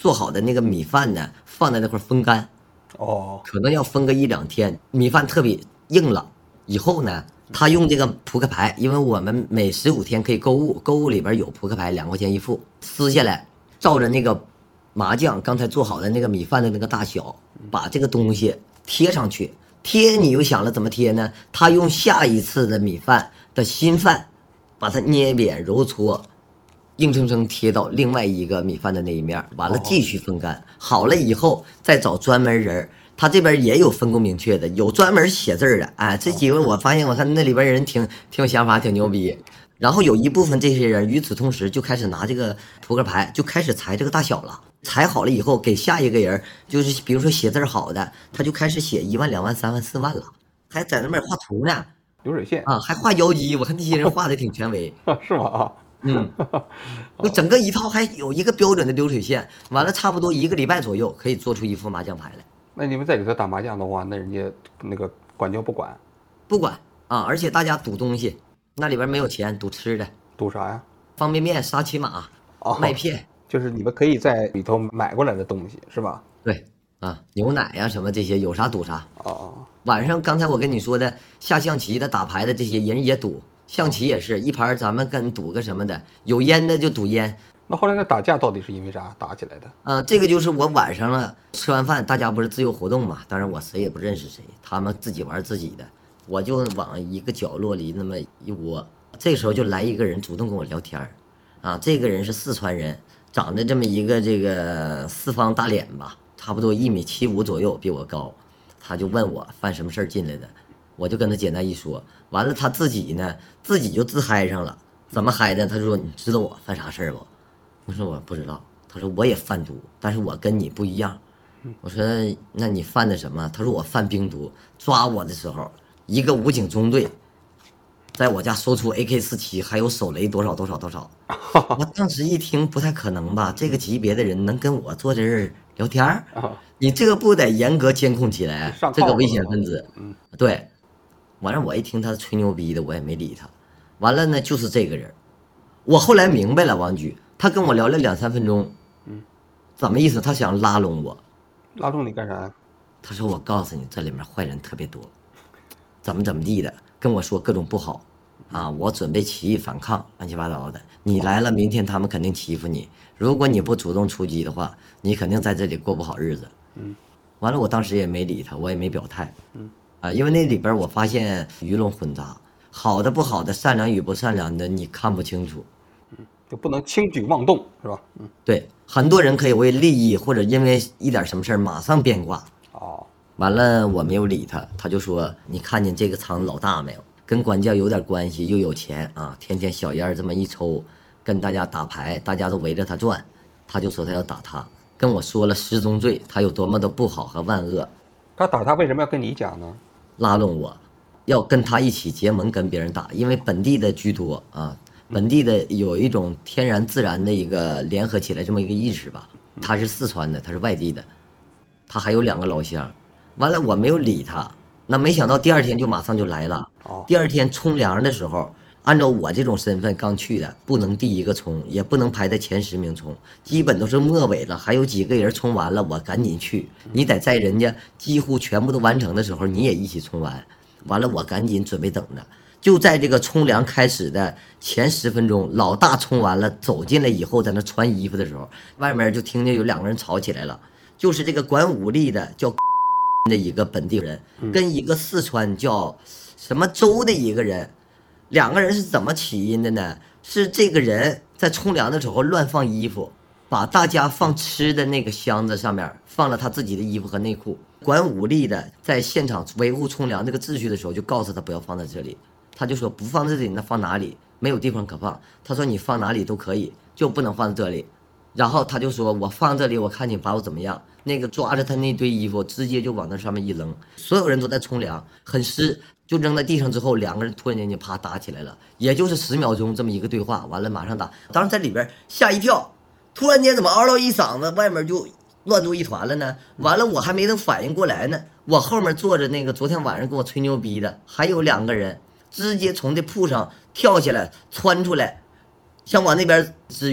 做好的那个米饭呢放在那块风干， 哦， 可能要分个一两天，米饭特别硬了。以后呢，他用这个扑克牌，因为我们每十五天可以购物，购物里边有扑克牌，两块钱一副，撕下来，照着那个麻酱刚才做好的那个米饭的那个大小，把这个东西贴上去。贴你又想了怎么贴呢？他用下一次的米饭的新饭，把它捏扁揉搓，硬生生贴到另外一个米饭的那一面，完了继续风干。好了以后再找专门人，他这边也有分工明确的，有专门写字儿的。哎，这几位我发现，我看那里边人挺挺有想法，挺牛逼。然后有一部分这些人与此同时就开始拿这个扑克牌，就开始裁这个大小了。裁好了以后，给下一个人，就是比如说写字好的，他就开始写一万、两万、三万、四万了，还在那边画图呢， 流水线啊，还画妖姬。我看这些人画的挺权威， 是吗？啊， 嗯，就整个一套还有一个标准的流水线，完了差不多一个礼拜左右可以做出一副麻将牌来。 那你们在里头打麻将的话，那人家那个管教不管？ 不管啊，而且大家赌东西，那里边没有钱，赌吃的， 赌啥呀？ 方便面、沙琪玛、 哦麦片。 就是你们可以在里头买过来的东西是吧？ 对啊，牛奶呀、什么这些有啥赌啥。 哦， 晚上刚才我跟你说的下象棋的、打牌的这些人也赌，象棋也是一盘，咱们跟赌个什么的，有烟的就赌烟。 那后来那打架到底是因为啥打起来的？ 啊，这个就是我晚上了，吃完饭大家不是自由活动嘛，当然我谁也不认识谁，他们自己玩自己的，我就往一个角落里那么一窝。这时候就来一个人主动跟我聊天儿，啊，这个人是四川人，长得这么一个这个四方大脸吧，差不多一米七五左右，比我高。他就问我犯什么事儿进来的，我就跟他简单一说，完了他自己呢自己就自嗨上了，怎么嗨的？他说你知道我犯啥事儿不？我说我不知道。他说我也贩毒，但是我跟你不一样。我说那你犯的什么？他说我贩冰毒。抓我的时候，一个武警中队在我家搜出 A K 四十七，还有手雷多少多少多少。我当时一听不太可能吧，这个级别的人能跟我坐这儿聊天儿？你这个不得严格监控起来？这个危险分子， 嗯， 对。完了，我一听他吹牛逼的，我也没理他。完了呢，就是这个人，我后来明白了，王局，他跟我聊了两三分钟， 嗯， 怎么意思？他想拉拢我。 拉动你干啥？ 他说我告诉你，这里面坏人特别多，怎么怎么地的，跟我说各种不好啊，我准备起义反抗，乱七八糟的。你来了，明天他们肯定欺负你。如果你不主动出击的话，你肯定在这里过不好日子。 嗯， 完了，我当时也没理他，我也没表态。 嗯， 啊，因为那里边我发现鱼龙混杂，好的不好的，善良与不善良的，你看不清楚。 就不能轻举妄动是吧？嗯， 对，很多人可以为利益或者因为一点什么事儿马上变卦。 哦， 完了，我没有理他，他就说：“你看见这个厂老大没有？跟管教有点关系，又有钱啊，天天小烟这么一抽，跟大家打牌，大家都围着他转。”他就说他要打他，跟我说了十宗罪，他有多么的不好和万恶。 他打他为什么要跟你讲呢？ 拉拢我，要跟他一起结盟跟别人打，因为本地的居多啊，本地的有一种天然自然的一个联合起来这么一个意识吧。他是四川的，他是外地的，他还有两个老乡。完了，我没有理他，那没想到第二天就马上就来了。第二天冲凉的时候，按照我这种身份刚去的，不能第一个冲，也不能排在前十名冲，基本都是末尾了，还有几个人冲完了，我赶紧去。你得在人家几乎全部都完成的时候，你也一起冲完。完了，我赶紧准备等着。就在这个冲凉开始的前十分钟，老大冲完了走进来以后，在那穿衣服的时候，外面就听见有两个人吵起来了，就是这个管武力的叫的一个本地人，跟一个四川叫什么州的一个人。两个人是怎么起因的呢？是这个人在冲凉的时候乱放衣服，把大家放吃的那个箱子上面放了他自己的衣服和内裤。管武力的在现场维护冲凉这个秩序的时候，就告诉他不要放在这里。他就说不放在这里，那放哪里？没有地方可放。他说你放哪里都可以，就不能放在这里。然后他就说我放这里，我看你把我怎么样。那个抓着他那堆衣服，直接就往那上面一扔。所有人都在冲凉，很湿。就扔在地上之后，两个人突然间就啪打起来了，也就是十秒钟这么一个对话，完了马上打。当时在里边吓一跳，突然间怎么嗷嗷一嗓子，外面就乱作一团了呢？完了我还没等反应过来呢，我后面坐着那个昨天晚上跟我吹牛逼的，还有两个人，直接从这铺上跳下来窜出来，想往那边支援。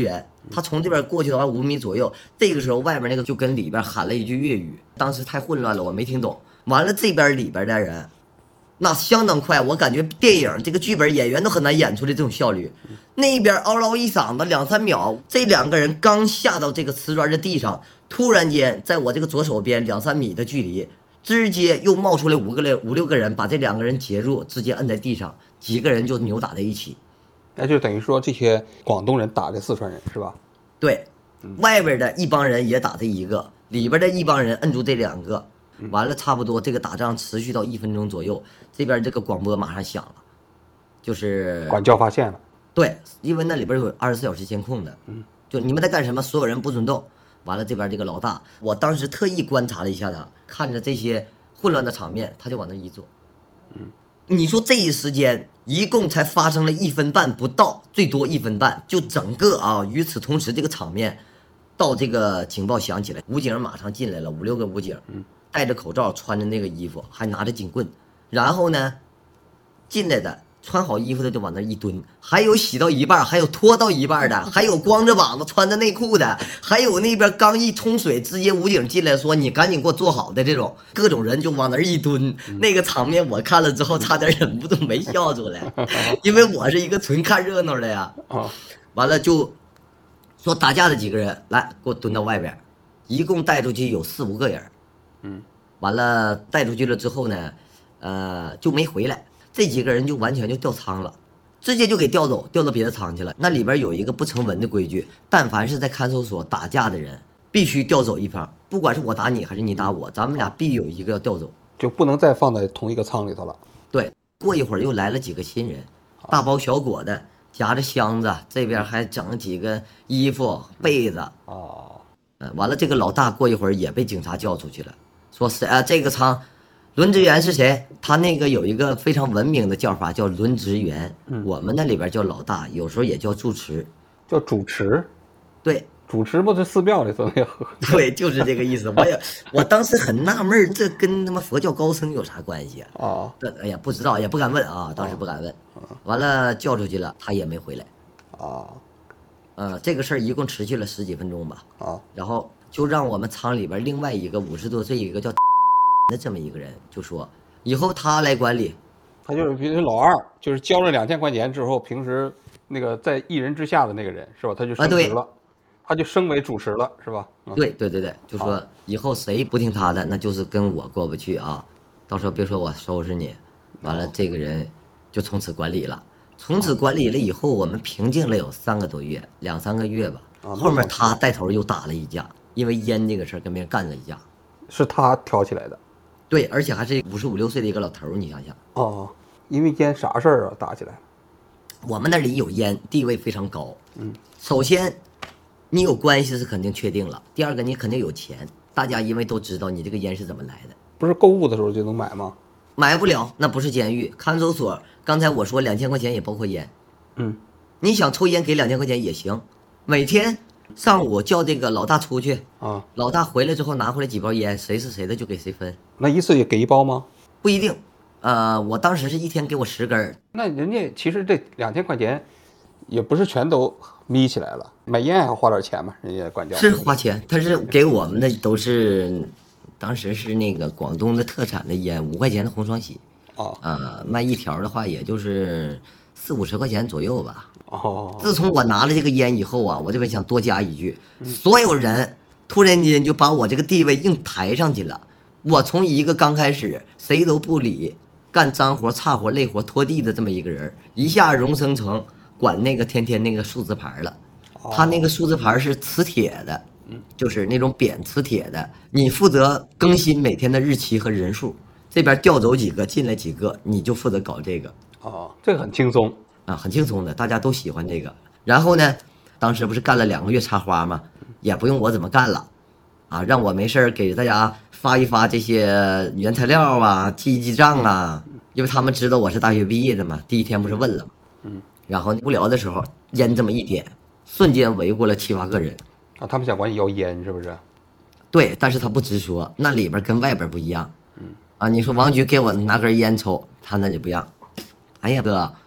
他从这边过去的话五米左右，这个时候外边那个就跟里边喊了一句粤语，当时太混乱了，我没听懂。完了这边里边的人，那相当快，我感觉电影这个剧本演员都很难演出来这种效率。那边嗷嗷一嗓子，两三秒，这两个人刚下到这个瓷砖的地上，突然间在我这个左手边两三米的距离，直接又冒出来五个人五六个人，把这两个人截住，直接摁在地上，几个人就扭打在一起。 那就等于说这些广东人打这四川人是吧？ 对，外边的一帮人也打这一个，里边的一帮人摁住这两个，完了差不多这个打仗持续到一分钟左右，这边这个广播马上响了，就是管教发现了。 对，因为那里边有二十四小时监控的，嗯，就你们在干什么，所有人不准动。完了这边这个老大，我当时特意观察了一下他，看着这些混乱的场面，他就往那一坐，嗯，你说这一时间一共才发生了一分半不到，最多一分半，就整个啊，与此同时这个场面，到这个警报响起来，武警马上进来了，五六个武警，戴着口罩，穿着那个衣服，还拿着警棍，然后呢，进来的穿好衣服的就往那一蹲，还有洗到一半，还有脱到一半的，还有光着膀子穿着内裤的，还有那边刚一冲水，直接武警进来说你赶紧给我坐好的这种，各种人就往那一蹲，那个场面我看了之后差点忍不住没笑出来，因为我是一个纯看热闹的呀。完了就说打架的几个人来给我蹲到外边，一共带出去有四五个人，嗯，完了带出去了之后呢，呃就没回来。这几个人就完全就调仓了，直接就给调走，调到别的仓去了。那里边有一个不成文的规矩，但凡是在看守所打架的人，必须调走一方，不管是我打你还是你打我，咱们俩必有一个要调走， 就不能再放在同一个仓里头了。 对，过一会儿又来了几个新人，大包小裹的，夹着箱子，这边还整几个衣服、被子。 哦， 嗯，完了，这个老大过一会儿也被警察叫出去了，说是啊，这个仓。轮值员是谁？他那个有一个非常文明的叫法，叫轮值员。嗯，我们那里边叫老大，有时候也叫住持， 叫主持。 对， 主持不是寺庙里头那个。 对，就是这个意思。我也，我当时很纳闷，这跟他妈佛教高僧有啥关系啊？ 哦， 这哎呀，不知道，也不敢问啊，当时不敢问。完了叫出去了，他也没回来。 啊， 呃，这个事儿一共持续了十几分钟吧。 啊， 然后就让我们仓里边另外一个五十多岁一个叫。的这么一个人就说以后他来管理， 他就是比如老二，就是交了两千块钱之后，平时那个在一人之下的那个人是吧？他就升职了，啊、他就升为主持了是吧？ 嗯、对对对对，就说以后谁不听他的，那就是跟我过不去啊！到时候别说我收拾你，完了这个人就从此管理了。从此管理了以后，我们平静了有三个多月，两三个月吧。后面他带头又打了一架，因为烟这个事儿跟别人干了一架， 是他挑起来的。 对，而且还是五十五六岁的一个老头儿，你想想哦，因为烟啥事儿啊打起来？ 我们那里有烟，地位非常高。嗯，首先你有关系是肯定确定了，第二个你肯定有钱，大家因为都知道你这个烟是怎么来的。 不是购物的时候就能买吗？ 买不了，那不是监狱，看守所。刚才我说两千块钱也包括烟。 嗯， 你想抽烟给两千块钱也行，每天。上午叫这个老大出去啊， 老大回来之后拿回来几包烟，谁是谁的就给谁分。 那一次也给一包吗？ 不一定，呃，我当时是一天给我十根。 那人家其实这两千块钱，也不是全都眯起来了，买烟还要花点钱嘛，人家管教。 是花钱，他是给我们的都是，当时是那个广东的特产的烟，五块钱的红双喜。 哦， 呃，卖一条的话也就是四五十块钱左右吧。 哦， 自从我拿了这个烟以后啊，我这边想多加一句，所有人突然间就把我这个地位硬抬上去了。我从一个刚开始谁都不理，干脏活、差活、累活、拖地的这么一个人，一下荣升成管那个天天那个数字牌了。他那个数字牌是磁铁的，就是那种扁磁铁的，你负责更新每天的日期和人数，这边调走几个，进来几个，你就负责搞这个。 哦，这个很轻松。 啊，很轻松的，大家都喜欢这个。然后呢，当时不是干了两个月插花吗？也不用我怎么干了，啊，让我没事给大家发一发这些原材料啊，记一记账啊，因为他们知道我是大学毕业的嘛。第一天不是问了吗？嗯。然后无聊的时候，烟这么一点，瞬间围过了七八个人。 啊，他们想管你要烟是不是？ 对，但是他不直说，那里边跟外边不一样。嗯。啊，你说王局给我拿根烟抽，他那就不让。哎呀哥。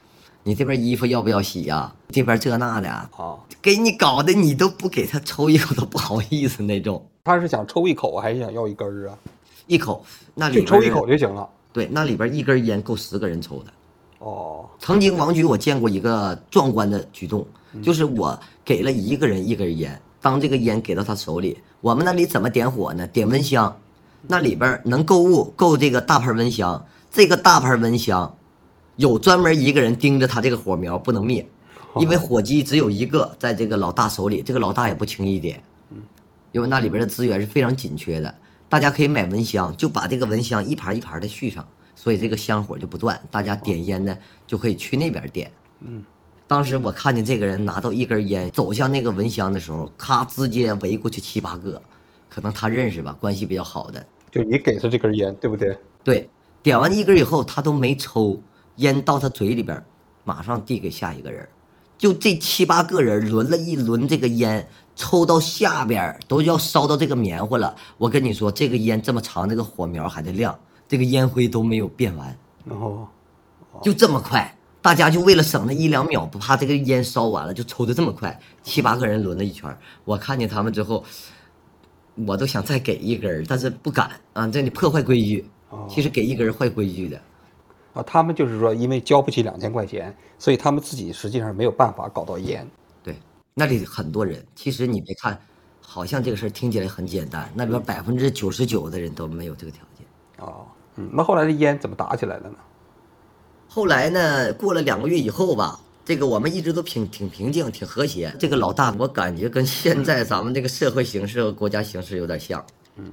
你这边衣服要不要洗呀？这边这那的啊， 给你搞的你都不给他抽一口都不好意思那种。 他是想抽一口还是想要一根儿啊？ 一口，那里边就抽一口就行了。 对，那里边一根烟够十个人抽的。 哦， 曾经王局我见过一个壮观的举动，就是我给了一个人一根烟，当这个烟给到他手里，我们那里怎么点火呢？点蚊香，那里边能购物够这个大盆蚊香，这个大盆蚊香有专门一个人盯着他这个火苗不能灭，因为火机只有一个在这个老大手里，这个老大也不轻易点，因为那里边的资源是非常紧缺的。大家可以买蚊香，就把这个蚊香一盘一盘的续上，所以这个香火就不断。大家点烟呢，就可以去那边点。嗯，当时我看见这个人拿到一根烟，走向那个蚊香的时候，咔，直接围过去七八个，可能他认识吧，关系比较好的。 就你给他这根烟，对不对？ 对，点完一根以后，他都没抽，烟到他嘴里边，马上递给下一个人。就这七八个人轮了一轮这个烟。抽到下边都要烧到这个棉花了，我跟你说，这个烟这么长，这个火苗还得亮，这个烟灰都没有变完， 哦， 就这么快，大家就为了省那一两秒，不怕这个烟烧完了，就抽的这么快，七八个人轮了一圈，我看见他们之后，我都想再给一根，但是不敢啊，这里破坏规矩，其实给一根坏规矩的。 啊，他们就是说，因为交不起两千块钱，所以他们自己实际上没有办法搞到烟。 那里很多人，其实你别看，好像这个事儿听起来很简单，那边百分之九十九的人都没有这个条件。 哦，嗯，那后来这烟怎么打起来的呢？ 后来呢，过了两个月以后吧，这个我们一直都挺挺平静、挺和谐。这个老大，我感觉跟现在咱们这个社会形势和国家形势有点像，嗯，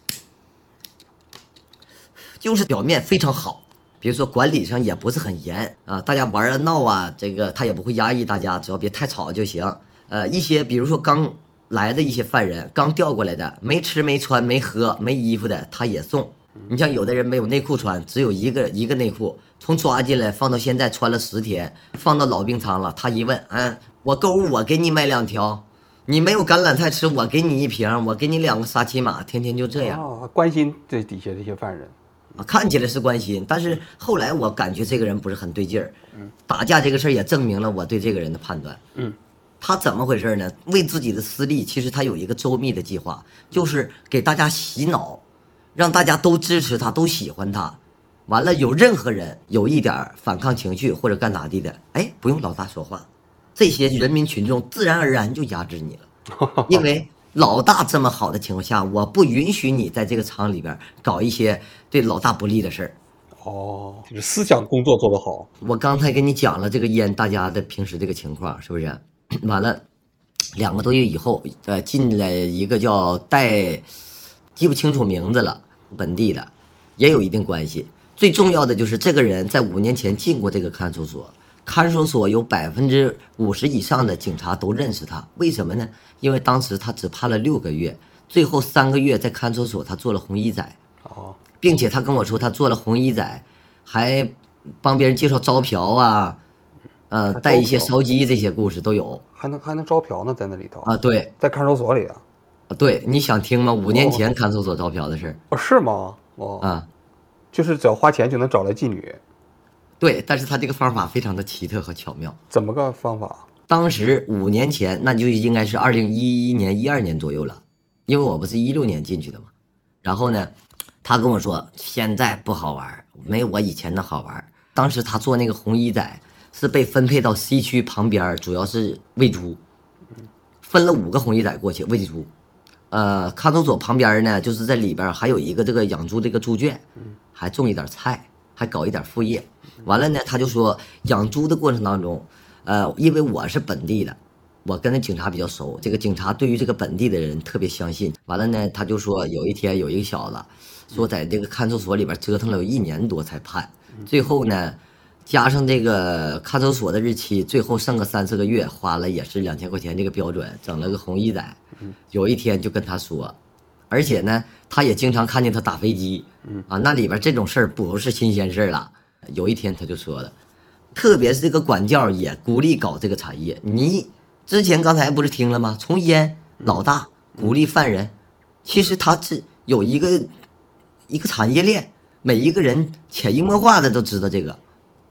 就是表面非常好。比如说管理上也不是很严啊，大家玩啊闹啊，这个他也不会压抑大家，只要别太吵就行。呃，一些比如说刚来的一些犯人，刚调过来的，没吃没穿没喝没衣服的，他也送。你像有的人没有内裤穿，只有一个一个内裤，从抓进来放到现在穿了十天，放到老病仓了。他一问，嗯，我购物我给你买两条，你没有橄榄菜吃，我给你一瓶，我给你两个沙琪玛，天天就这样。 哦，关心这底下这些犯人。 看起来是关心，但是后来我感觉这个人不是很对劲儿。打架这个事儿也证明了我对这个人的判断。 嗯， 他怎么回事呢？为自己的私利，其实他有一个周密的计划，就是给大家洗脑，让大家都支持他，都喜欢他。完了，有任何人有一点反抗情绪或者干咋地的，哎，不用老大说话，这些人民群众自然而然就压制你了，因为老大这么好的情况下，我不允许你在这个厂里边搞一些对老大不利的事儿。 哦，就是思想工作做得好。 我刚才跟你讲了这个烟，大家的平时这个情况是不是？完了，两个多月以后，呃，进来一个叫戴，记不清楚名字了，本地的，也有一定关系。最重要的就是这个人在五年前进过这个看守所。看守所有百分之五十以上的警察都认识他，为什么呢？因为当时他只判了六个月，最后三个月在看守所他做了红衣仔， 哦， 并且他跟我说他做了红衣仔，还帮别人介绍招嫖啊，呃，带一些烧鸡这些故事都有， 还能还能招嫖呢，在那里头啊，对， 在看守所里啊， 对，你想听吗？五年前看守所招嫖的事哦，是吗？哦， 啊， 就是只要花钱就能找来妓女。 对，但是他这个方法非常的奇特和巧妙。 怎么个方法？ 当时五年前，那就应该是二零一一年、一二年左右了，因为我不是一六年进去的嘛。然后呢，他跟我说现在不好玩，没我以前的好玩。当时他做那个红衣仔是被分配到 C 区旁边，主要是喂猪，分了五个红衣仔过去喂猪。呃，看守所旁边呢，就是在里边还有一个这个养猪这个猪圈，还种一点菜。还搞一点副业，完了呢，他就说养猪的过程当中，呃，因为我是本地的，我跟那警察比较熟，这个警察对于这个本地的人特别相信。完了呢，他就说有一天有一个小子说在这个看守所里边折腾了有一年多才判，最后呢，加上这个看守所的日期，最后剩个三四个月，花了也是两千块钱这个标准，整了个红衣仔。有一天就跟他说。而且呢，他也经常看见他打飞机，啊，那里边这种事儿不是新鲜事儿了。有一天他就说了，特别是这个管教也鼓励搞这个产业。你之前刚才不是听了吗？从烟老大鼓励犯人，其实他是有一个一个产业链，每一个人潜移默化的都知道这个。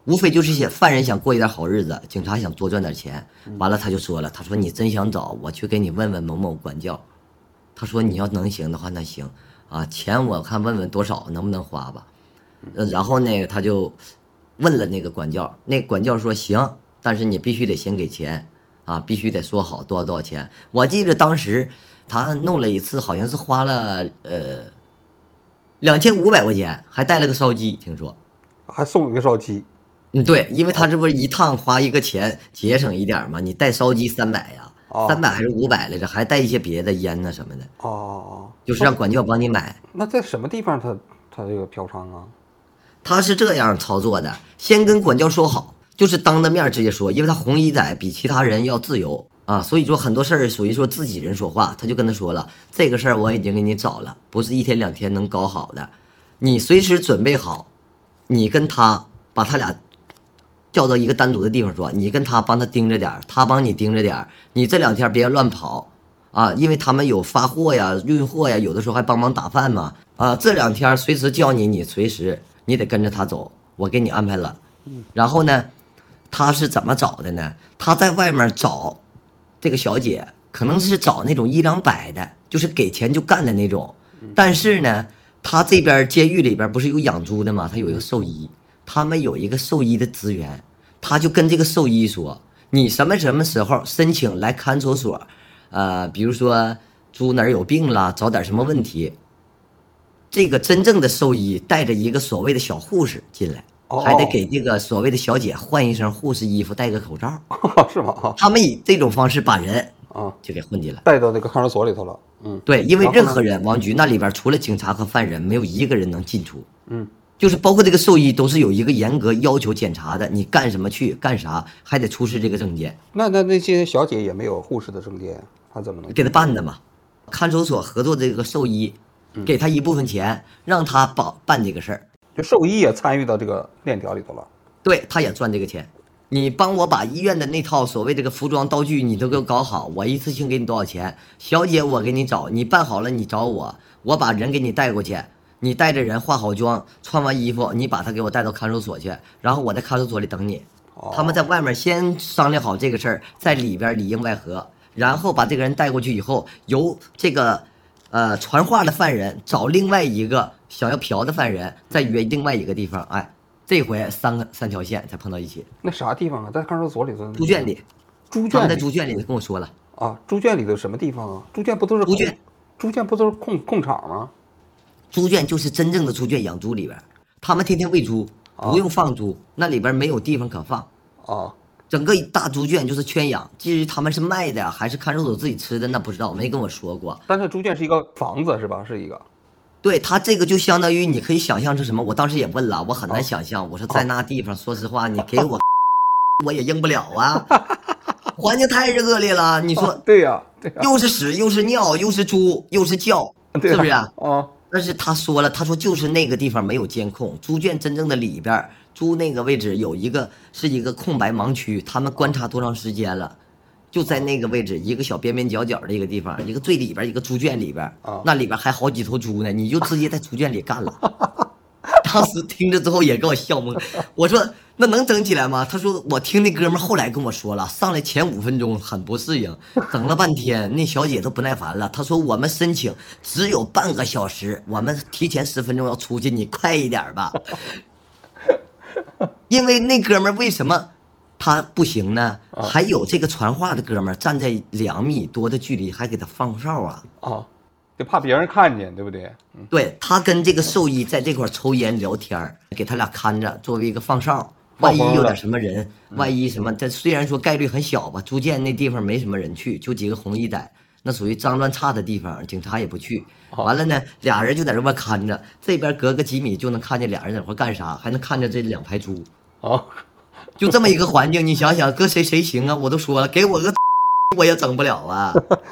无非就是些犯人想过一点好日子，警察想多赚点钱。完了他就说了，他说你真想找，我去给你问问某某管教。他说你要能行的话那行啊，钱我看问问多少能不能花吧。呃，然后呢他就问了那个管教，那管教说行，但是你必须得先给钱啊，必须得说好多少多少钱。我记得当时他弄了一次，好像是花了呃两千五百块钱，还带了个烧鸡，听说。 还送一个烧鸡。 嗯，对，因为他这不是一趟花一个钱，节省一点嘛，你带烧鸡三百呀，三百还是五百来着，还带一些别的烟呐什么的。 哦哦， 就是让管教帮你买。 那在什么地方他他这个嫖娼啊？ 他是这样操作的，先跟管教说好，就是当着面直接说，因为他红衣仔比其他人要自由啊，所以说很多事儿属于说自己人说话，他就跟他说了，这个事儿我已经给你找了，不是一天两天能搞好的，你随时准备好，你跟他把他俩叫到一个单独的地方说，你跟他帮他盯着点儿，他帮你盯着点儿，你这两天别乱跑啊，因为他们有发货呀、运货呀，有的时候还帮忙打饭嘛啊，这两天随时叫你，你随时你得跟着他走，我给你安排了。然后呢，他是怎么找的呢？他在外面找这个小姐，可能是找那种一两百的，就是给钱就干的那种。但是呢，他这边监狱里边不是有养猪的吗？他有一个兽医，他们有一个兽医的资源，他就跟这个兽医说，你什么什么时候申请来看守所，呃，比如说猪哪儿有病了，找点什么问题，这个真正的兽医带着一个所谓的小护士进来，还得给这个所谓的小姐换一身护士衣服，戴个口罩， 是吗？ 他们以这种方式把人啊就给混进来， 带到那个看守所里头了。嗯， 对，因为任何人王局那里边除了警察和犯人，没有一个人能进出。 嗯， 就是包括这个兽医都是有一个严格要求检查的，你干什么去干啥，还得出示这个证件。 那那那些小姐也没有护士的证件，她怎么能给他办的嘛？看守所合作这个兽医，给他一部分钱，让他办办这个事儿。 就兽医也参与到这个链条里头了？ 对，他也赚这个钱。你帮我把医院的那套所谓这个服装道具你都给我搞好，我一次性给你多少钱？小姐我给你找，你办好了你找我，我把人给你带过去，你带着人化好妆，穿完衣服，你把他给我带到看守所去，然后我在看守所里等你。他们在外面先商量好这个事儿，在里边里应外合，然后把这个人带过去以后，由这个呃传话的犯人找另外一个想要嫖的犯人，再约另外一个地方，哎。这回三个三条线才碰到一起。 那啥地方啊？在看守所里头？ 猪圈里。 猪圈里？ 他们在猪圈里跟我说了。 啊，猪圈里头什么地方啊？猪圈不都是猪圈？ 猪圈不都是空空场吗？ 猪圈就是真正的猪圈，养猪里边，他们天天喂猪，不用放猪，啊、那里边没有地方可放。 啊， 整个大猪圈就是圈养，至于他们是卖的还是看守所自己吃的，那不知道，没跟我说过。 但是猪圈是一个房子是吧？是一个。 对，他这个就相当于你可以想象是什么？我当时也问了，我很难想象。我说在那地方，说实话，你给我，我也应不了啊，环境太恶劣了。你说对呀，对呀， 又是屎又是尿又是猪又是叫，是不是啊？ 啊。 但是他说了，他说就是那个地方没有监控，猪圈真正的里边，猪那个位置有一个是一个空白盲区，他们观察多长时间了。就在那个位置，一个小边边角角的一个地方，一个最里边一个猪圈里边，那里边还好几头猪呢，你就直接在猪圈里干了。当时听着之后也给我笑懵，我说那能整起来吗？他说我听那哥们后来跟我说了，上来前五分钟很不适应，整了半天那小姐都不耐烦了。他说我们申请只有半个小时，我们提前十分钟要出去，你快一点吧。因为那哥们为什么？他不行呢，还有这个传话的哥们儿站在两米多的距离，还给他放哨啊！ 啊，就怕别人看见，对不对？ 嗯、对他跟这个兽医在这块抽烟聊天，给他俩看着，作为一个放哨，万一有点什么人，万一什么，这虽然说概率很小吧，猪圈那地方没什么人去，就几个红衣仔，那属于脏乱差的地方，警察也不去。完了呢，俩人就在这块看着，这边隔个几米就能看见俩人在那块干啥，还能看着这两排猪啊。 就这么一个环境，你想想，搁谁谁行啊？我都说了，给我个我也整不了啊！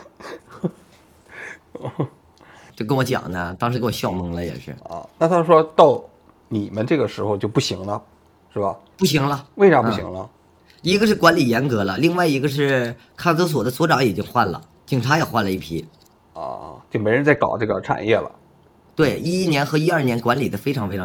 就跟我讲呢，当时给我笑懵了，也是啊。那他说到你们这个时候就不行了，是吧？ 不行了， 为啥不行了？ 嗯、一个是管理严格了，另外一个是看守所的所长已经换了，警察也换了一批啊，就没人再搞这个产业了。 对，一一年和一二年管理的非常非常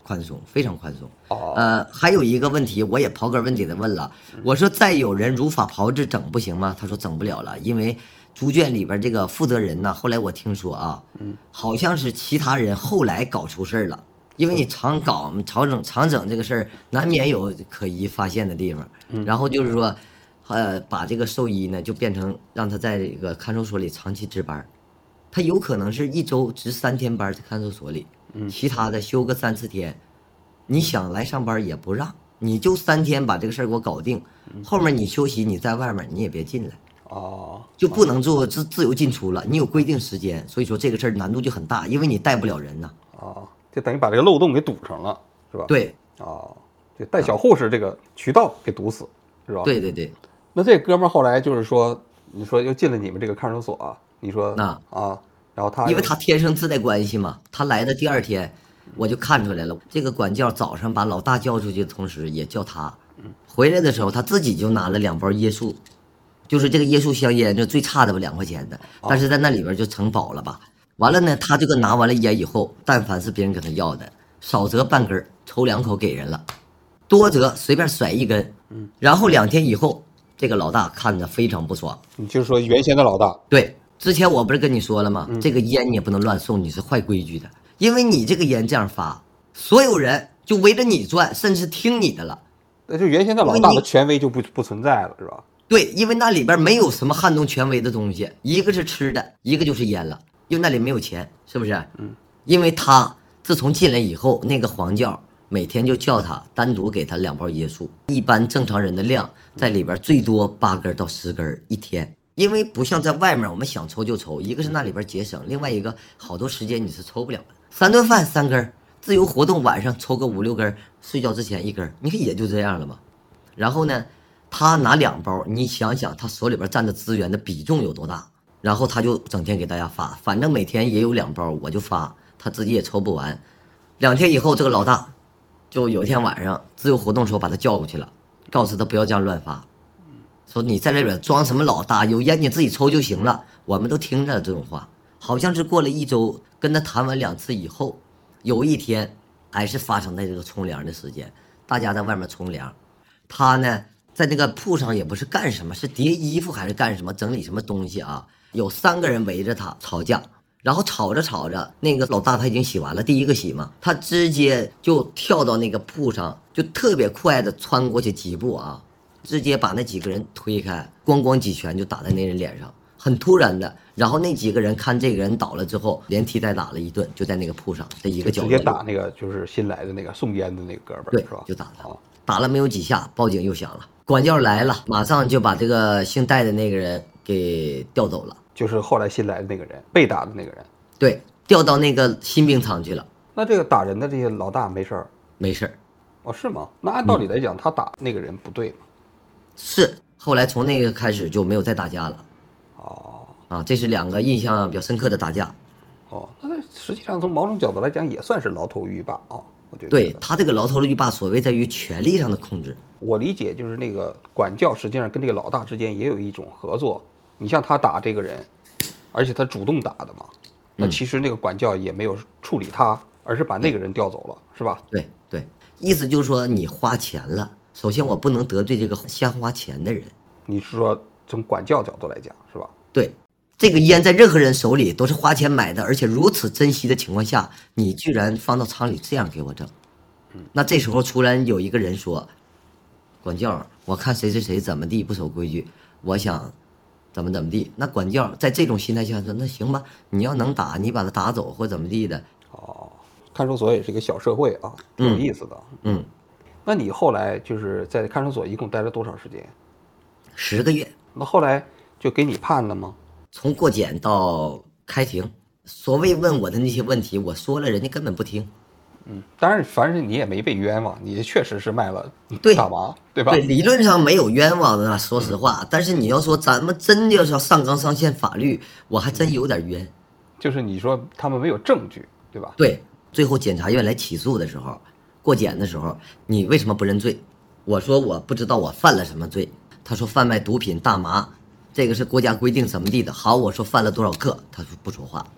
宽松，非常宽松。 哦， 呃，还有一个问题，我也刨根问底的问了，我说再有人如法炮制整不行吗？他说整不了了，因为猪圈里边这个负责人呢，后来我听说啊，嗯，好像是其他人后来搞出事儿了。因为你常搞常整常整这个事儿，难免有可疑发现的地方。然后就是说，呃，把这个兽医呢就变成让他在这个看守所里长期值班，他有可能是一周值三天班在看守所里，其他的休个三四天，你想来上班也不让，你就三天把这个事儿给我搞定，后面你休息你在外面你也别进来。 哦， 就不能做自自由进出了，你有规定时间，所以说这个事儿难度就很大，因为你带不了人呐。 哦，就等于把这个漏洞给堵上了，是吧？ 对， 哦，就带小护士这个渠道给堵死，是吧？ 对对对。 那这哥们儿后来就是说，你说又进了你们这个看守所啊，你说那啊，然后他因为他天生自带关系嘛，他来的第二天我就看出来了，这个管教早上把老大叫出去的同时也叫他，回来的时候他自己就拿了两包椰树，就是这个椰树香烟，就最差的吧，两块钱的，但是在那里边就成宝了吧。完了呢，他这个拿完了烟以后，但凡是别人跟他要的，少则半根抽两口给人了，多则随便甩一根。然后两天以后，这个老大看着非常不爽。 你就是说原先的老大， 对，之前我不是跟你说了吗？这个烟你也不能乱送，你是坏规矩的，因为你这个烟这样发，所有人就围着你转，甚至听你的了。 那就原先的老大的权威就不不存在了，是吧？ 对，因为那里边没有什么撼动权威的东西，一个是吃的，一个就是烟了，因为那里没有钱，是不是？嗯。因为他自从进来以后，那个黄教每天就叫他单独给他两包椰树，一般正常人的量在里边最多八根到十根一天，因为不像在外面我们想抽就抽，一个是那里边节省，另外一个好多时间你是抽不了的。三顿饭三根，自由活动晚上抽个五六根，睡觉之前一根，你看也就这样了嘛。然后呢，他拿两包，你想想他手里边占的资源的比重有多大，然后他就整天给大家发，反正每天也有两包，我就发，他自己也抽不完。两天以后，这个老大就有一天晚上自由活动时候把他叫过去了，告诉他不要这样乱发，说你在这边装什么老大，有烟你自己抽就行了。我们都听着这种话，好像是过了一周，跟他谈完两次以后，有一天还是发生在这个冲凉的时间，大家在外面冲凉，他呢在那个铺上也不是干什么，是叠衣服还是干什么，整理什么东西啊，有三个人围着他吵架，然后吵着吵着，那个老大他已经洗完了，第一个洗嘛，他直接就跳到那个铺上，就特别快的穿过去几步啊，直接把那几个人推开，咣咣几拳就打在那人脸上，很突然的。然后那几个人看这个人倒了之后，连踢带打了一顿，就在那个铺上这一个角落直接打那个就是新来的那个送烟的那个哥们儿， 对， 是吧？ 就打他，打了没有几下，报警又响了，管教来了，马上就把这个姓戴的那个人给调走了。 就是后来新来的那个人，被打的那个人， 对，调到那个新兵场去了。 那这个打人的这些老大没事儿？ 没事儿。 哦，是吗？那按道理来讲，他打那个人不对吗？ 是，后来从那个开始就没有再打架了。 哦， 啊，这是两个印象比较深刻的打架。 哦，那实际上从某种角度来讲，也算是牢头狱霸啊。我觉得对他这个牢头狱霸，所谓在于权力上的控制。 我理解就是那个管教实际上跟这个老大之间也有一种合作。你像他打这个人，而且他主动打的嘛，那其实那个管教也没有处理他，而是把那个人调走了，是吧？ 对对，意思就是说你花钱了，首先我不能得罪这个先花钱的人。 你是说从管教角度来讲，是吧？ 对，这个烟在任何人手里都是花钱买的，而且如此珍惜的情况下，你居然放到厂里这样给我整，那这时候突然有一个人说，管教，我看谁谁谁怎么地不守规矩，我想怎么怎么地。那管教在这种心态下说，那行吧，你要能打，你把他打走或怎么地的。 哦，看守所也是一个小社会啊，挺有意思的。 嗯， 那你后来就是在看守所一共待了多长时间？ 十个月。 那后来就给你判了吗？ 从过检到开庭，所谓问我的那些问题，我说了，人家根本不听。 嗯，当然，反正你也没被冤枉，你确实是卖了对大麻，对吧？ 对，理论上没有冤枉的，说实话。但是你要说咱们真的要是要上纲上线法律，我还真有点冤。 就是你说他们没有证据，对吧？ 对，最后检察院来起诉的时候，过检的时候，你为什么不认罪？我说我不知道我犯了什么罪。他说贩卖毒品大麻，这个是国家规定怎么地的。好，我说犯了多少克，他说不说话。